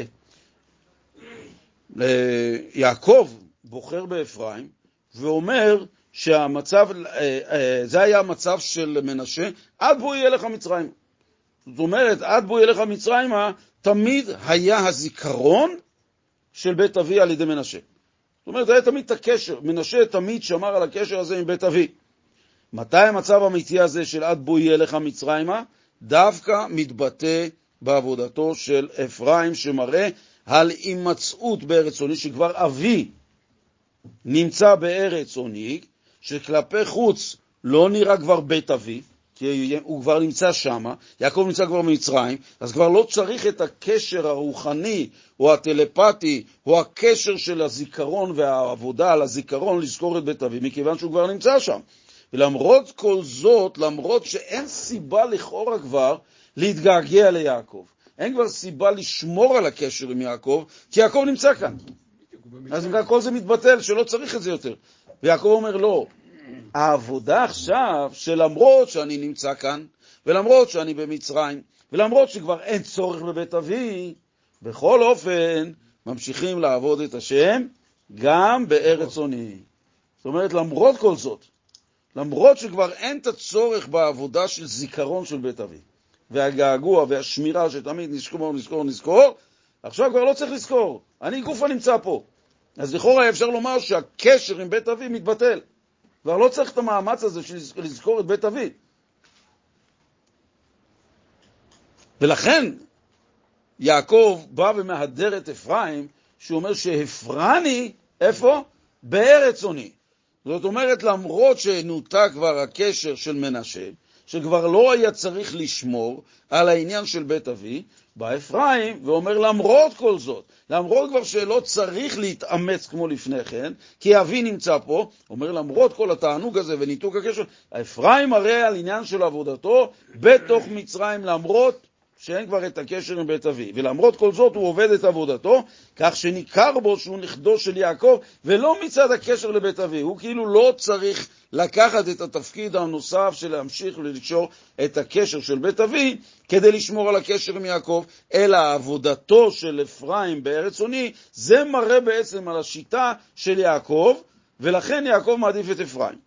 יעקב בוחר באפרים ואומר שהמצב, זה היה המצב של מנשה, עד בוא יהיה לך מצרים. זאת אומרת, עד בוא יהיה לך מצרים, תמיד היה הזיכרון של בית אבי על ידי מנשה. זאת אומרת, היה תמיד את הקשר. מנשה תמיד שמר על הקשר הזה עם בית אבי. מתי המצב האמיתי הזה של עד בוא יהיה לך מצרימה? דווקא מתבטא בעבודתו של אפרים, שמראה על הימצאות בארץ עוני, שכבר אבי נמצא בארץ עוני, שכלפי חוץ לא נראה כבר בית אבי, כי הוא כבר נמצא שם, יעקב נמצא כבר במצרים, אז כבר לא צריך את הקשר הרוחני או הטלפתי או הקשר של הזיכרון והעבודה על הזיכרון לזכור את בית אבי, מכיוון שהוא כבר נמצא שם. ולמרות כל זאת, למרות שאין סיבה לכאורה כבר להתגעגע ליעקב, אין כבר סיבה לשמור על הקשר עם יעקב, כי יעקב נמצא כאן. אז כל זה מתבטל, שלא צריך את זה יותר. ויעקב אומר לא, העבודה עכשיו שלמרות שאני נמצא כאן, ולמרות שאני במצרים, ולמרות שכבר אין צורך בבית אבי, בכל אופן ממשיכים לעבוד את השם גם בארץ עוני. זאת אומרת, למרות כל זאת, למרות שכבר אין את הצורך בעבודה של זיכרון של בית אבי, והגעגוע והשמירה שתמיד נזכור, עכשיו כבר לא צריך לזכור. אני גופה נמצא פה. אז לכאורה אפשר לומר שהקשר עם בית אבי מתבטל. כבר לא צריך את המאמץ הזה של לזכור את בית אבי. ולכן יעקב בא ומהדר את אפרים, שהוא אומר שהפרני, איפה? בארץ עוני. זאת אומרת, למרות שנותק כבר הקשר של מנשה, שכבר לא היה צריך לשמור על העניין של בית אבי, בא אפרים ואומר למרות כל זאת, למרות כבר שלא צריך להתאמץ כמו לפני כן, כי אבי נמצא פה, אומר למרות כל התענוג הזה וניתוק הקשר, אפרים מראה על עניין של עבודתו בתוך מצרים, למרות שאין כבר את הקשר עם בית אבי, ולמרות כל זאת הוא עובד את עבודתו, כך שניכר בו שהוא נכדו של יעקב, ולא מצד הקשר לבית אבי, הוא כאילו לא צריך לקחת את התפקיד הנוסף של להמשיך ולקשור את הקשר של בית אבי, כדי לשמור על הקשר עם יעקב, אלא עבודתו של אפרים בארץ עוני, זה מראה בעצם על השיטה של יעקב, ולכן יעקב מעדיף את אפרים.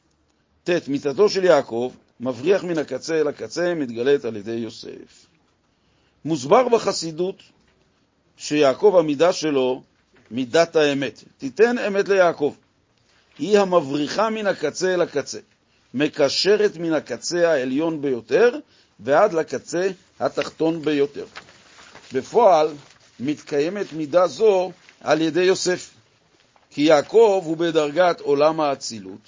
מיתתו של יעקב מבריח מן הקצה אל הקצה, מתגלית על ידי יוסף. מוסבר בחסידות שיעקב המידה שלו מידת האמת. תיתן אמת ליעקב. היא המבריחה מן הקצה אל הקצה, מקשרת מן הקצה העליון ביותר ועד לקצה התחתון ביותר. בפועל מתקיימת מידה זו על ידי יוסף, כי יעקב הוא בדרגת עולם האצילות,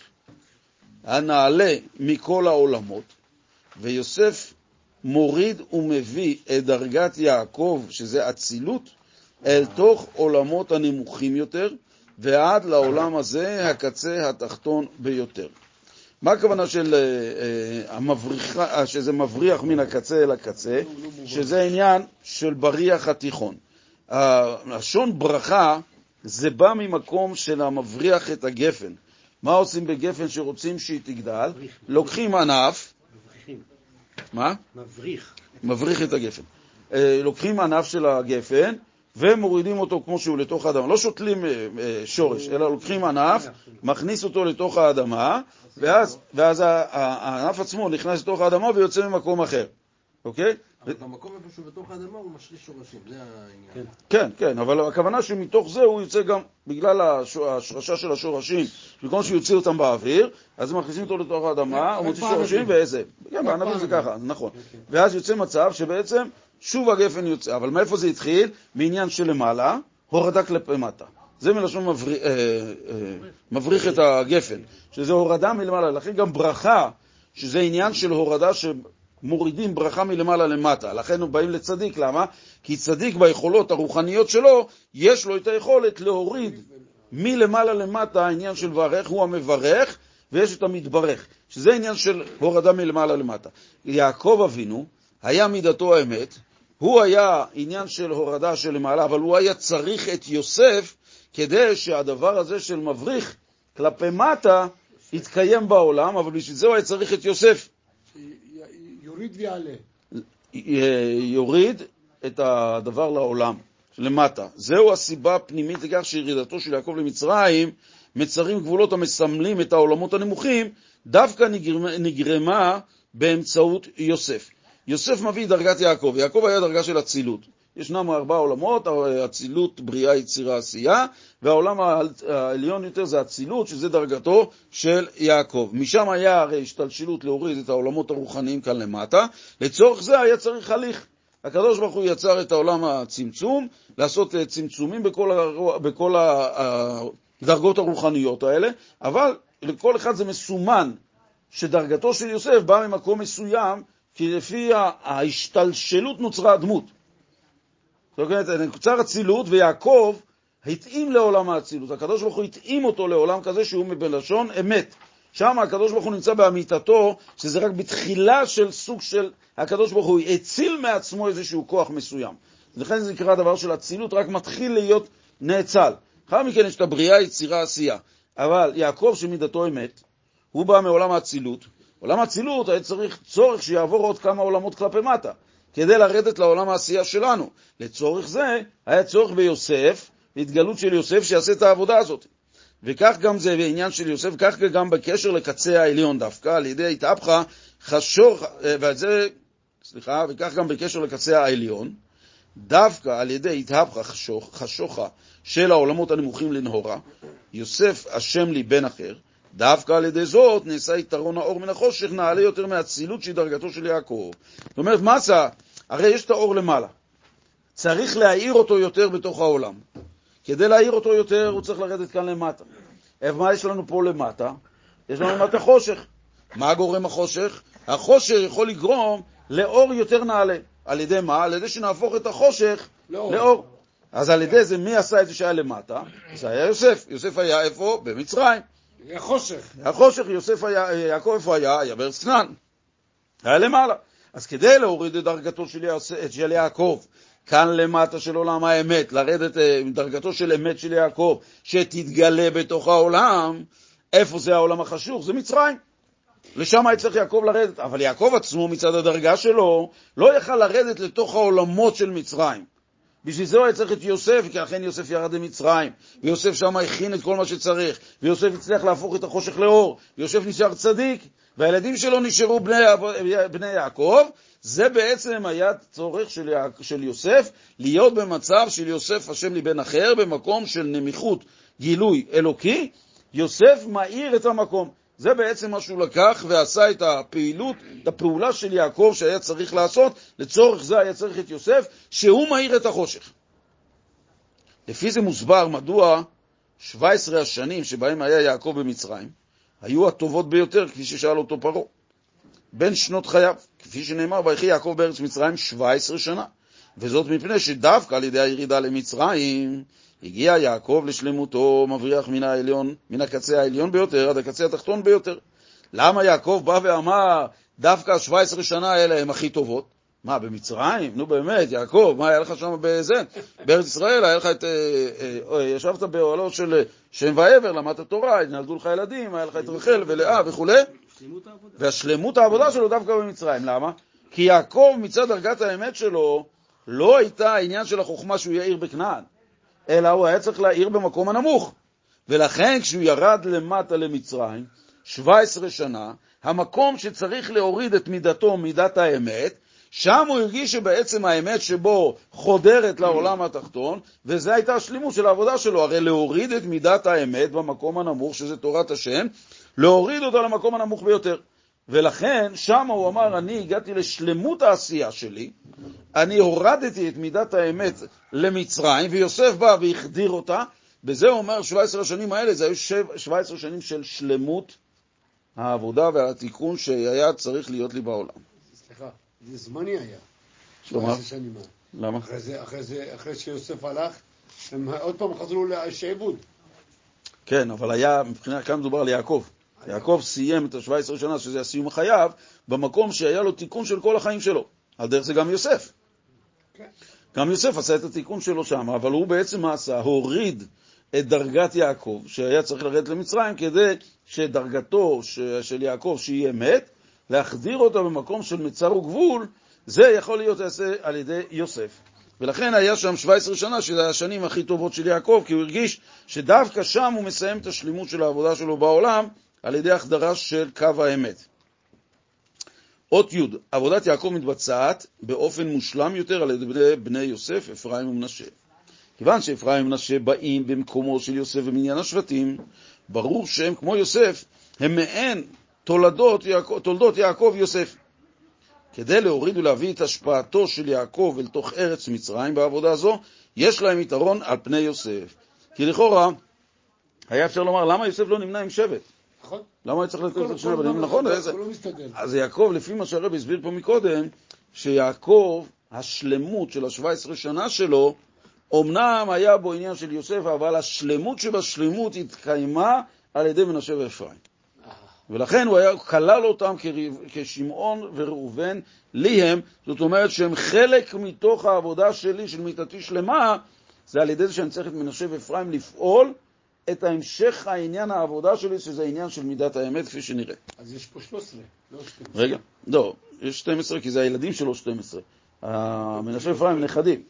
הנעלה מכל העולמות, ויוסף מוריד ומביא את דרגת יעקב, שזה אצילות, אל תוך עולמות הנמוכים יותר, ועד לעולם הזה, הקצה התחתון ביותר. מה הכוונה של המבריחה, שזה מבריח מן הקצה אל הקצה? שזה עניין של בריח התיכון. השון ברכה זה בא ממקום של המבריח את הגפן. מה עושים בגפן שרוצים שהיא תגדל? לוקחים ענף. מה? מבריח את הגפן. לוקחים ענף של הגפן ומורידים אותו כמו שהוא לתוך האדמה. לא שותלים שורש, אלא לוקחים ענף, מכניס אותו לתוך האדמה, ואז הענף עצמו נכנס לתוך האדמה ויוצא ממקום אחר. אוקיי? אבל במקום איפה שהוא בתוך האדמה הוא משריש שורשים, זה העניין. כן, כן, אבל הכוונה שמתוך זה הוא יוצא גם, בגלל השרשה של השורשים, במקום שיוציא אותם באוויר, אז מכניסים אותו לתוך האדמה, הוא מוציא שורשים ואיזה. כן, בענבים זה ככה, נכון. ואז יוצא מצב שבעצם שוב הגפן יוצא, אבל מאיפה זה התחיל? מעניין שלמעלה, הורדה כלפי מטה. זה מלשון מבריח את הגפן, שזה הורדה מלמעלה. לכן גם ברכה, שזה עניין של הורדה מורידים ברכה מלמעלה למטה. לכן הם באים לצדיק. למה? כי צדיק ביכולות הרוחניות שלו, יש לו את היכולת להוריד מלמעלה למטה העניין של ברך, הוא המברך, ויש את המתברך, שזה עניין של הורדה מלמעלה למטה. יעקב אבינו היה מידתו האמת, הוא היה עניין של הורדה של למעלה, אבל הוא היה צריך את יוסף כדי שהדבר הזה של מבריך כלפי מטה יתקיים בעולם, אבל בשביל זה הוא היה צריך את יוסף. יוריד ויעלה. יוריד את הדבר לעולם, למטה. זהו הסיבה הפנימית לכך שירידתו של יעקב למצרים מצרים גבולות המסמלים את העולמות הנמוכים, דווקא נגרמה באמצעות יוסף. יוסף מביא דרגת יעקב. יעקב היה דרגה של אצילות. ישנם 4 עולמות, אצילות, בריאה, יצירה, עשייה, והעולם העליון יותר זה אצילות, שזה דרגתו של יעקב. משם היה הרי השתלשלות להוריד את העולמות הרוחניים כאן למטה. לצורך זה היה צריך הליך. הקדוש ברוך הוא יצר את העולם הצמצום, לעשות צמצומים בכל הדרגות הרוחניות האלה, אבל לכל אחד זה מסומן שדרגתו של יוסף באה ממקום מסוים, כי לפי ההשתלשלות נוצרה הדמות. זאת אומרת, נוצר אצילות, ויעקב התאים לעולם האצילות. הקדוש ברוך הוא התאים אותו לעולם כזה שהוא בלשון אמת. שם הקדוש ברוך הוא נמצא באמיתתו, שזה רק בתחילה של סוג של הקדוש ברוך הוא הציל מעצמו איזשהו כוח מסוים. לכן זה נקרא דבר של אצילות, רק מתחיל להיות נאצל. אחר מכן יש את הבריאה, יצירה, עשייה. אבל יעקב שמידתו אמת, הוא בא מעולם האצילות. עולם האצילות היה צריך צורך שיעבור עוד כמה עולמות כלפי מטה, כדי לרדת לעולם העשייה שלנו. לצורך זה היה צורך ביוסף, התגלות של יוסף שיעשה את העבודה הזאת. וכך גם זה בעניין של יוסף, כך גם בקשר לקצה העליון דווקא, על ידי התהפכה חשוך, וכך גם בקשר לקצה העליון, דווקא על ידי התהפכה חשוכה של העולמות הנמוכים לנהורה, יוסף השם לי בן אחר, דווקא על ידי זאת נעשה יתרון האור מן החושך, נעלה יותר מהצילות שהיא דרגתו של יעקב. זאת אומרת, מה זה? הרי יש את האור למעלה. צריך להאיר אותו יותר בתוך העולם. כדי להאיר אותו יותר, הוא צריך לרדת כאן למטה. מה יש לנו פה למטה? יש לנו למטה חושך. מה גורם החושך? החושך יכול לגרום לאור יותר נעלה. על ידי מה? על ידי שנהפוך את החושך לאור. אז על ידי זה, מי עשה את זה שהיה למטה? זה היה יוסף. יוסף היה איפה? במצרים. היה חושך. היה חושך. יוסף היה, יעקב איפה היה? היה בארץ כנען. היה למעלה. אז כדי להוריד את דרגתו של יעקב, כאן למטה של עולם האמת, לרדת דרגתו של אמת של יעקב, שתתגלה בתוך העולם, איפה זה העולם החשוך? זה מצרים. לשם היה צריך יעקב לרדת, אבל יעקב עצמו מצד הדרגה שלו, לא יכל לרדת לתוך העולמות של מצרים. בשביל זה הוא היה צריך את יוסף, כי לכן יוסף ירד למצרים, ויוסף שם הכין את כל מה שצריך, ויוסף הצליח להפוך את החושך לאור, ויוסף נשאר צדיק, והילדים שלו נשארו בני יעקב. זה בעצם היה צורך של יוסף, להיות במצב של יוסף השם לי בן אחר, במקום של נמיכות גילוי אלוקי. יוסף מאיר את המקום. זה בעצם מה שהוא לקח ועשה את הפעילות, את הפעולה של יעקב שהיה צריך לעשות. לצורך זה היה צריך את יוסף, שהוא מאיר את החושך. לפי זה מוסבר מדוע 17 השנים שבהם היה יעקב במצרים היו הטובות ביותר, כפי ששאל אותו פרעה, בין שנות חייו, כפי שנאמר, ויחי יעקב בארץ מצרים 17 שנה. וזאת מפני שדווקא על ידי הירידה למצרים הגיע יעקב לשלמותו, מבריח מן הקצה העליון ביותר עד הקצה התחתון ביותר. למה יעקב בא ואמר דווקא 17 שנה האלה הם הכי טובות? מה, במצרים? נו באמת, יעקב, מה היה לך שם בזה? בארץ ישראל היה לך ישבת באוהלו של שם ועבר, למדת תורה, נולדו לך ילדים, היה לך את רחל ולאה וכו'. והשלמות העבודה שלו דווקא במצרים. למה? כי יעקב מצד דרגת האמת שלו לא הייתה העניין של החוכמה שהוא יאיר בכנען, אלא הוא היה צריך להאיר במקום הנמוך. ולכן כשהוא ירד למטה למצרים 17 שנה, המקום שצריך להוריד את מידתו, מידת האמת, שם הוא הרגיש שבעצם האמת שבו חודרת לעולם התחתון, וזה הייתה השלימות של העבודה שלו. הרי להוריד את מידת האמת במקום הנמוך, שזה תורת השם, להוריד אותה למקום הנמוך ביותר. ולכן שם הוא אמר, אני הגעתי לשלמות העשייה שלי, אני הורדתי את מידת האמת למצרים, ויוסף בא והחדיר אותה. בזה הוא אומר 17 השנים האלה, זה היו 17 שנים של שלמות העבודה והתיקון שהיה צריך להיות לי בעולם. סליחה, זה זמני היה. שמה? למה? אחרי שיוסף הלך, הם עוד פעם חזרו לשעבוד. כן, אבל היה, מבחינה כאן מדובר על יעקב. יעקב סיים את 17 שנה, שזה הסיום החייו, במקום שהיה לו תיקון של כל החיים שלו. על דרך זה גם יוסף. גם יוסף עשה את התיקון שלו שם, אבל הוא בעצם עשה, הוריד את דרגת יעקב, שהיה צריך לרדת למצרים, כדי שדרגתו של יעקב, שהיא אמת, להחדיר אותה במקום של מצר וגבול. זה יכול להיות עשה על ידי יוסף. ולכן היה שם 17 שנה, שזה השנים הכי טובות של יעקב, כי הוא הרגיש שדווקא שם הוא מסיים את השלימות של העבודה שלו בעולם, על ידי החדרה של קו האמת. אות י' עבודת יעקב מתבצעת באופן מושלם יותר על ידי בני יוסף, אפרים ומנשה. כיוון שאפרים ומנשה באים במקומו של יוסף במניין השבטים, ברור שהם כמו יוסף, הם מעין תולדות יעקב יוסף. כדי להוריד ולהביא את השפעתו של יעקב אל תוך ארץ מצרים בעבודה זו, יש להם יתרון על פני יוסף. כי לכאורה, היה אפשר לומר, למה יוסף לא נמנה עם שבט? נכון. למה צריך לתת את שני הבנים? נכון, אז יעקב, לפי מה שהרב הסביר פה מקודם, שיעקב, השלמות של ה-17 שנה שלו, אמנם היה בו עניין של יוסף, אבל השלמות שבשלמות התקיימה על ידי מנשה ואפרים. ולכן הוא היה כלל אותם כשמעון וראובן לי הם, זאת אומרת שהם חלק מתוך העבודה שלי, של מיתתי שלמה, זה על ידי זה שאני צריך את מנשה ואפרים לפעול את ההמשך העניין העבודה שלי, שזה העניין של מידת האמת, כפי שנראה. אז יש פה 13, לא 12. רגע, לא, יש 12, כי זה הילדים שלו 12. מנשה ואפרים הם נכדים.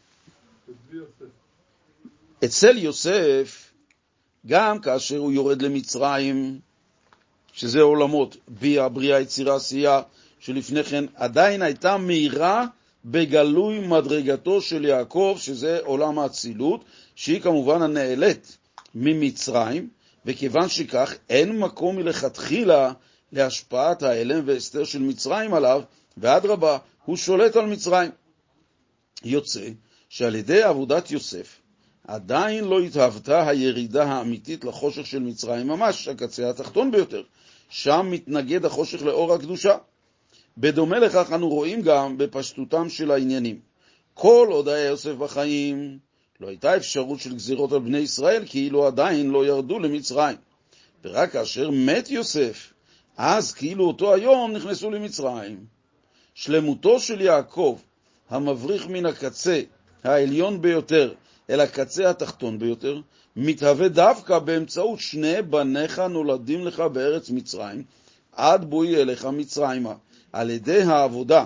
אצל יוסף, גם כאשר הוא יורד למצרים, שזה עולמות, בריאה, יצירה, עשייה, שלפני כן עדיין הייתה מהירה בגלוי מדרגתו של יעקב, שזה עולם האצילות, שהיא כמובן הנעלת ממצרים, וכיוון שכך אין מקום מלכתחילה להשפעת האלם והסתר של מצרים עליו, ואדרבה, הוא שולט על מצרים. יוצא שעל ידי עבודת יוסף, עדיין לא התהוותה הירידה האמיתית לחושך של מצרים ממש, הקצה התחתון ביותר. שם מתנגד החושך לאור הקדושה. בדומה לכך אנו רואים גם בפשטותם של העניינים. כל עוד היה יוסף בחיים, לא הייתה אפשרות של גזירות על בני ישראל, כאילו עדיין לא ירדו למצרים. ורק כאשר מת יוסף, אז כאילו אותו היום נכנסו למצרים. שלמותו של יעקב, המבריך מן הקצה העליון ביותר אל הקצה התחתון ביותר, מתהווה דווקא באמצעות שני בניך נולדים לך בארץ מצרים, עד בואי אליך מצרימה, על ידי העבודה,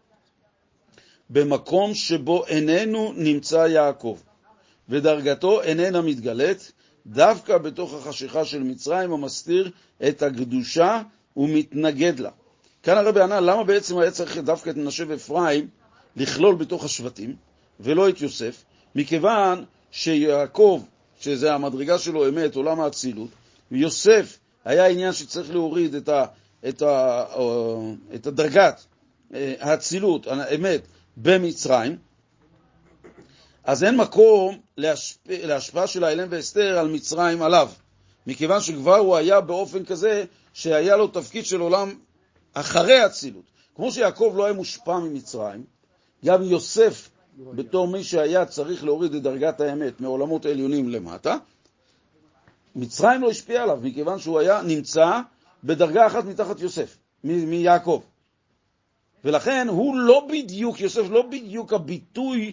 במקום שבו איננו נמצא יעקב, ודרגתו איננה מתגלית, דווקא בתוך החשיכה של מצרים המסתיר את הקדושה ומתנגד לה. כאן הרבי ענה, למה בעצם היה צריך דווקא את מנשה ואפרים לכלול בתוך השבטים, ולא את יוסף? מכיוון שיעקב, שזה המדרגה שלו אמת, עולם האצילות, ויוסף היה עניין שצריך להוריד את הדרגת האצילות, האמת, במצרים, אז אין מקום להשפעה של האלם והסתר על מצרים עליו, מכיוון שכבר הוא היה באופן כזה שהיה לו תפקיד של עולם אחרי האצילות. כמו שיעקב לא היה מושפע ממצרים, גם יוסף בתור מי שהיה צריך להוריד את דרגת האמת מעולמות העליונים למטה, מצרים לא השפיע עליו, מכיוון שהוא היה נמצא בדרגה אחת מתחת יוסף, מיעקב. ולכן הוא לא בדיוק, יוסף לא בדיוק הביטוי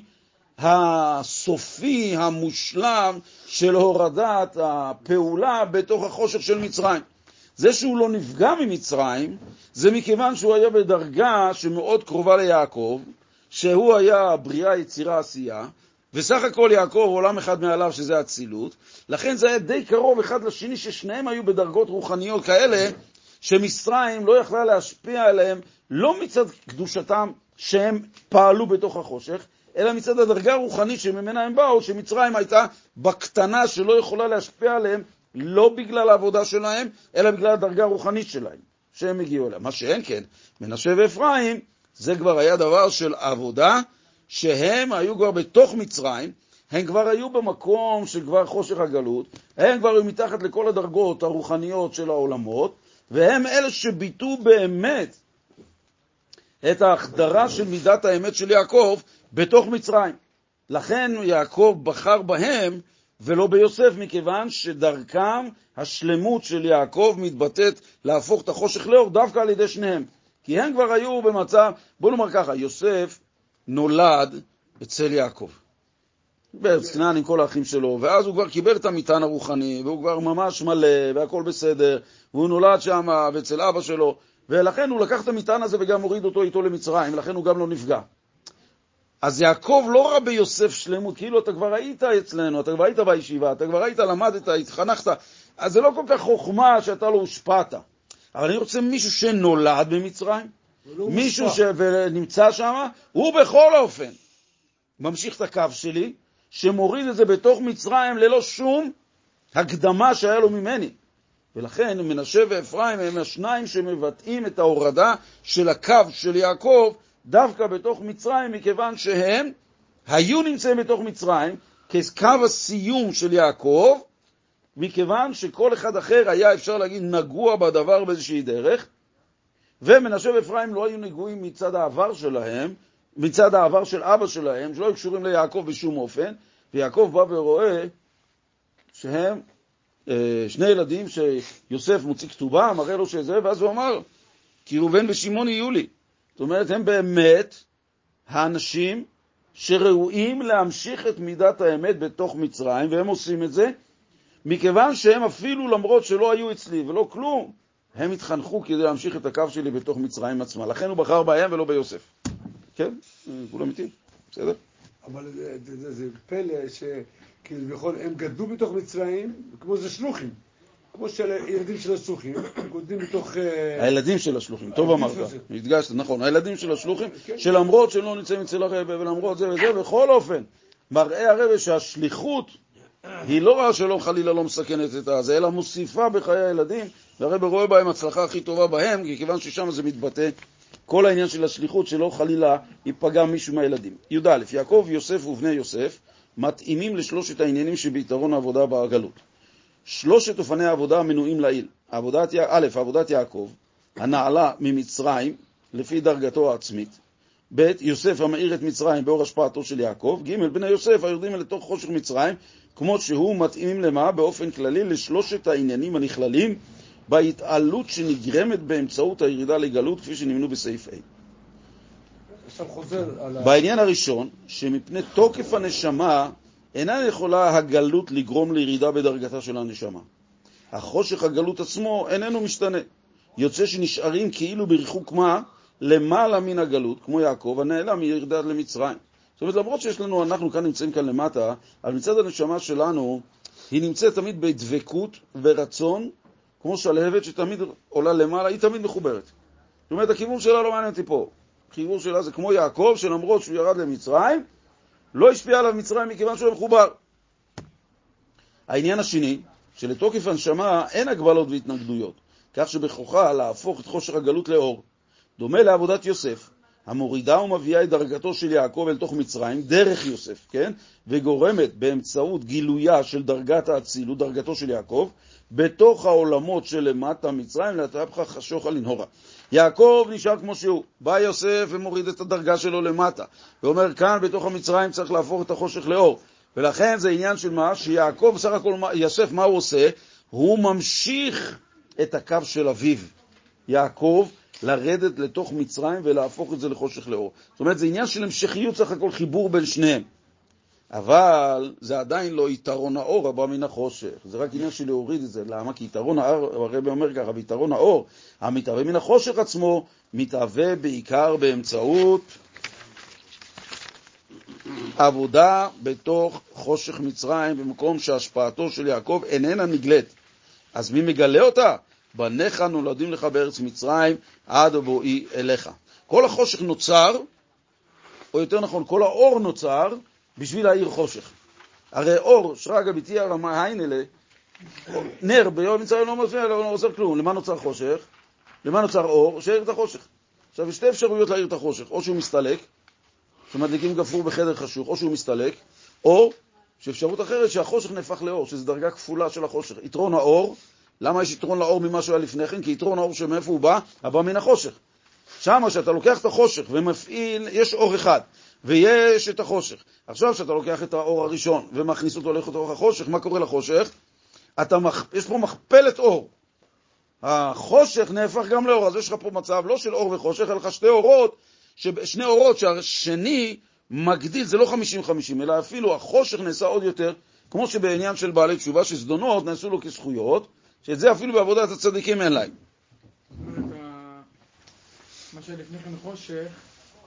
הסופי, המושלם של הורדת הפעולה בתוך החושך של מצרים. זה שהוא לא נפגע ממצרים, זה מכיוון שהוא היה בדרגה שמאוד קרובה ליעקב, שהוא היה בריאה, יצירה, עשייה, וסך הכל יעקב עולם אחד מעליו שזה הצילות, לכן זה היה די קרוב אחד לשני, ששניהם היו בדרגות רוחניות כאלה, שמצרים לא יכלה להשפיע עליהם, לא מצד קדושתם שהם פעלו בתוך החושך, אלא מצד הדרגה הרוחנית שממנה הם באו, שמצרים הייתה בקטנה שלא יכולה להשפיע עליהם, לא בגלל העבודה שלהם, אלא בגלל הדרגה הרוחנית שלהם, שהם הגיעו אליה. מה שאין כן, מנשה ואפרים, זה כבר היה דבר של עבודה, שהם היו כבר בתוך מצרים, הם כבר היו במקום של כבר חושך הגלות, הם כבר היו מתחת לכל הדרגות הרוחניות של העולמות, והם אלה שביטו באמת את ההחדרה של מידת האמת של יעקב בתוך מצרים. לכן יעקב בחר בהם ולא ביוסף, מכיוון שדרכם השלמות של יעקב מתבטאת להפוך את החושך לאור דווקא על ידי שניהם. כי הם כבר היו במצב, בוא נאמר ככה, יוסף נולד אצל יעקב, בארץ כנען עם כל האחים שלו, ואז הוא כבר קיבל את המטען הרוחני, והוא כבר ממש מלא, והכל בסדר, והוא נולד שם ואצל אבא שלו, ולכן הוא לקח את המטען הזה וגם הוריד אותו איתו למצרים, ולכן הוא גם לא נפגע. אז יעקב לא ראה ביוסף שלמות, כאילו אתה כבר היית אצלנו, אתה כבר היית בישיבה, אתה כבר היית, למדת, התחנכת, אז זה לא כל כך חוכמה שאתה לא הושפעת. אבל אני רוצה מישהו שנולד במצרים, מישהו שנמצא שם, הוא בכל אופן ממשיך את הקו שלי, שמוריד את זה בתוך מצרים ללא שום הקדמה שהיה לו ממני. ולכן מנשה ואפרים הם השניים שמבטאים את ההורדה של הקו של יעקב דווקא בתוך מצרים, מכיוון שהם היו נמצאים בתוך מצרים כקו הסיום של יעקב, מכיוון שכל אחד אחר היה, אפשר להגיד, נגוע בדבר באיזושהי דרך, ומנשה ואפרים לא היו נגועים מצד העבר שלהם, מצד העבר של אבא שלהם, שלא היו קשורים ליעקב בשום אופן, ויעקב בא ורואה שהם שני ילדים שיוסף מוציא כתובה, מראה לו שזה, ואז הוא אמר, כי ראובן ושמעון יהיו לי. זאת אומרת, הם באמת האנשים שראויים להמשיך את מידת האמת בתוך מצרים, והם עושים את זה, מכיוון שהם אפילו למרות שלא היו אצלי ולא כלום, הם התחנכו כדי להמשיך את הקו שלי בתוך מצרים עצמה. לכן הוא בחר בהם ולא ביוסף. כן? כולם איתי? בסדר? אבל זה פלא שכאילו בכל הם גדלו בתוך מצרים, כמו זה שלוחים. כמו שהילדים של השלוחים, גודלים בתוך... הילדים של השלוחים, טוב אמרת, הדגשת, נכון, הילדים של השלוחים, שלמרות שלא נמצאים אצל הרב ולמרות זה וזה, בכל אופן, מראה הרב שהשליחות היא לא רעה שלא חלילה לא מסכנת את זה, אלא מוסיפה בחיי הילדים, והרב רואה בהם הצלחה הכי טובה בהם, כי כיוון ששם זה מתבטא כל העניין של השליחות שלא חלילה ייפגע מישהו מהילדים. י"א, יעקב, יוסף ובני יוסף מתאימים לשלושת העניינים שביתרון העבודה בגלות. שלושת אופני העבודה המנויים לעיל. עבודת יעקב, הנעלה ממצרים, לפי דרגתו העצמית. ב', יוסף המאיר את מצרים באור השפעתו של יעקב. ג', בני יוסף היורדים לתוך חושך מצרים, כמו שהוא מתאימים למה? באופן כללי לשלושת העניינים הנכללים בהתעלות שנגרמת באמצעות הירידה לגלות, כפי שנמנו בסעיף A. בעניין הראשון, שמפני תוקף הנשמה, אינה יכולה הגלות לגרום לירידה בדרגתה של הנשמה. החושך הגלות עצמו איננו משתנה. יוצא שנשארים כאילו בריחוק מה? למעלה מן הגלות, כמו יעקב, הנעלם מירידה למצרים. זאת אומרת, למרות שיש לנו, אנחנו כאן נמצאים כאן למטה, אבל מצד הנשמה שלנו, היא נמצאת תמיד בדבקות ורצון, כמו שלהבת שתמיד עולה למעלה, היא תמיד מחוברת. זאת אומרת, הכיוון שלה לא מעניין אותי פה. הכיוון שלה זה כמו יעקב, שלמרות שהוא ירד למצרים, לא השפיע עליו מצרים מכיוון שהוא מחובר. העניין השני, שלתוקף הנשמה אין הגבלות והתנגדויות, כך שבכוחה להפוך את חושך הגלות לאור. דומה לעבודת יוסף, המורידה ומביאה את דרגתו של יעקב אל תוך מצרים, דרך יוסף, כן? וגורמת באמצעות גילויה של דרגת האצילות, דרגתו של יעקב, בתוך העולמות שלמטה מצרים, להתהפכה חשוכה לנהורה. יעקב נשאר כמו שהוא, בא יוסף ומוריד את הדרגה שלו למטה, ואומר כאן בתוך המצרים צריך להפוך את החושך לאור. ולכן זה עניין של מה? שיעקב, בסך הכל יוסף, מה הוא עושה? הוא ממשיך את הקו של אביו, יעקב, לרדת לתוך מצרים ולהפוך את זה לחושך לאור. זאת אומרת, זה עניין של המשכיות, סך הכל חיבור בין שניהם. אבל זה עדיין לא יתרון האור הבא מן החושך. זה רק עניין של להוריד את זה. למה? כי יתרון האור, הרב אומר ככה, ויתרון האור, המתהווה מן החושך עצמו, מתהווה בעיקר באמצעות עבודה בתוך חושך מצרים, במקום שהשפעתו של יעקב איננה נגלית. אז מי מגלה אותה? בניך נולדים לך בארץ מצרים, עד בואי אליך. כל החושך נוצר, או יותר נכון, כל האור נוצר, בשביל להאיר חושך. הרי אור, שרגא ביתי הרמה היינלה, נר ביום מצרים לא מופיע, לא עושה כלום. למה נוצר חושך? למה נוצר אור? שיאיר את החושך. עכשיו, יש שתי אפשרויות להאיר את החושך. או שהוא מסתלק, שמדליקים גפרור בחדר חשוך, או שהוא מסתלק, או שאפשרות אחרת שהחושך נהפך לאור, שזו דרגה כפולה של החושך. יתרון האור, למה יש יתרון לאור ממה שהוא היה לפני כן? כי יתרון האור שמאיפה הוא בא? הבא מן החושך. שמה שאתה לוקח את החושך ומפעיל, יש אור אחד, ויש את החושך. עכשיו שאתה לוקח את האור הראשון ומכניס אותו לתוך החושך, מה קורה לחושך? יש פה מכפלת אור. החושך נהפך גם לאור, אז יש לך פה מצב לא של אור וחושך, אלא לך שני אורות שהשני מגדיל, זה לא 50-50, אלא אפילו החושך נעשה עוד יותר, כמו שבעניין של בעלי תשובה, שזדונות נעשו לו כזכויות, שאת זה אפילו בעבודת הצדיקים אין להם. מה שלפני כן חושך,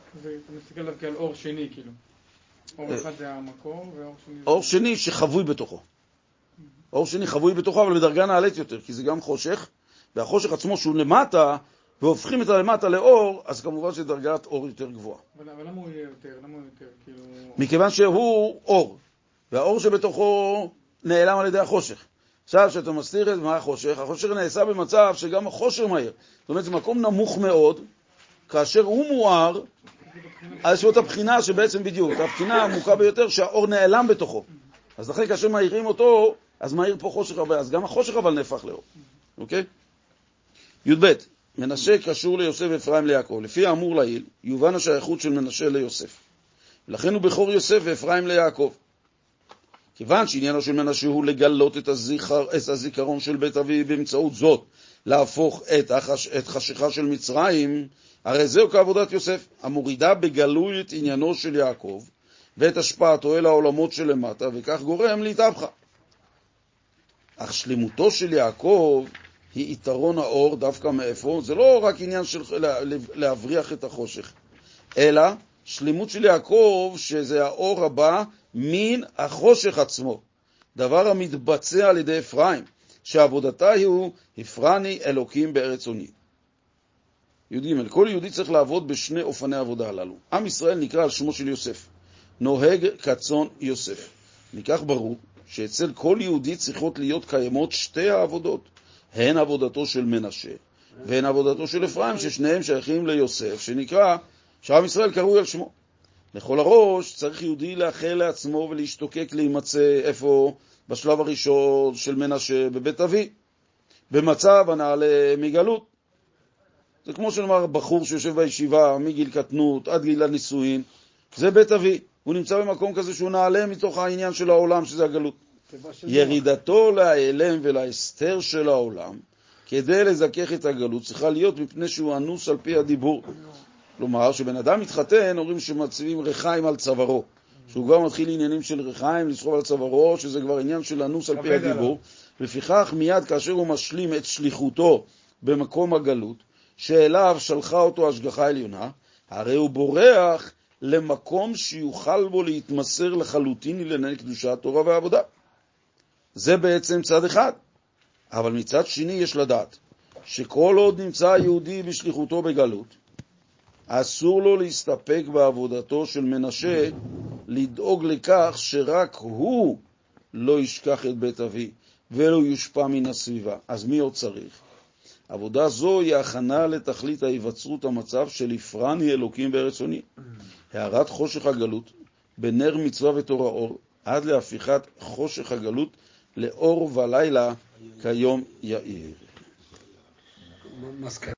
אתה מסתכל עליו כעל אור שני, כאילו. אור אחד זה המקור, ואור שני זה... אור שני שחבוי בתוכו. אור שני חבוי בתוכו, אבל בדרגה נעלית יותר, כי זה גם חושך, והחושך עצמו שהוא למטה, והופכים את הלמטה לאור, אז כמובן שדרגת אור יותר גבוהה. אבל למה הוא יהיה יותר? למה הוא יותר, כאילו... מכיוון שהוא אור, והאור שבתוכו נעלם על ידי החושך. עכשיו, שאתה מסתיר את מה החושך, החושך נעשה במצב שגם החושך מהיר. זאת אומרת, זה מקום נמוך מאוד, כאשר הוא מואר, אז יש לו את הבחינה שבעצם בדיוק, הבחינה העמוקה ביותר שהאור נעלם בתוכו. אז לכן כאשר מאירים אותו, אז מאיר פה חושך הרבה, אז גם החושך אבל נהפך לאור. אוקיי? י"ב, מנשה קשור ליוסף ואפרים ליעקב. לפי האמור לעיל, יובן השייכות של מנשה ליוסף. ולכן הוא בכור יוסף ואפרים ליעקב. כיוון שעניינו של מנשה הוא לגלות את הזיכרון של בית אבי באמצעות זאת, להפוך את חשיכה של מצרים, הרי זהו כעבודת יוסף, המורידה בגלוי את עניינו של יעקב, ואת השפעתו אל העולמות שלמטה, וכך גורם להתהפכה. אך שלמותו של יעקב היא יתרון האור דווקא מאיפה? זה לא רק עניין של להבריח את החושך, אלא שלמות של יעקב שזה האור הבא מן החושך עצמו, דבר המתבצע על ידי אפרים, שעבודתה הוא הפרני אלוקים בארץ עוני. י"ג, כל יהודי צריך לעבוד בשני אופני עבודה הללו. עם ישראל נקרא על שמו של יוסף, נוהג כצאן יוסף. מכך ברור שאצל כל יהודי צריכות להיות קיימות שתי העבודות, הן עבודתו של מנשה והן עבודתו של אפרים, ששניהם שייכים ליוסף, שנקרא, שעם ישראל קרוי על שמו. לכל הראש צריך יהודי לאחל לעצמו ולהשתוקק להימצא איפה? בשלב הראשון של מנשה בבית אבי, במצב הנעלה מגלות. זה כמו שנאמר בחור שיושב בישיבה מגיל קטנות עד גיל הנישואין, זה בית אבי. הוא נמצא במקום כזה שהוא נעלה מתוך העניין של העולם, שזה הגלות. ירידתו להיעלם ולהסתר של העולם, כדי לזכך את הגלות, צריכה להיות מפני שהוא אנוס על פי הדיבור. כלומר, שבן אדם מתחתן, אומרים שמציבים רחיים על צווארו. שהוא כבר מתחיל עניינים של רחיים, לסחוב על צווארו, שזה כבר עניין של אנוס על פי הדיבור. לפיכך, מיד כאשר הוא משלים את שליחותו במקום הגלות, שאליו שלחה אותו השגחה עליונה, הרי הוא בורח למקום שיוכל בו להתמסר לחלוטין לענייני קדושת תורה ועבודה. זה בעצם צד אחד. אבל מצד שני יש לדעת שכל עוד נמצא היהודי בשליחותו בגלות, אסור לו להסתפק בעבודתו של מנשה, לדאוג לכך שרק הוא לא ישכח את בית אבי ולא יושפע מן הסביבה. אז מי עוד צריך? עבודה זו היא הכנה לתכלית ההיווצרות המצב של הפרני אלוקים בארץ עוני, הערת חושך הגלות בנר מצווה ותורה אור, עד להפיכת חושך הגלות לאור ולילה כיום יאיר.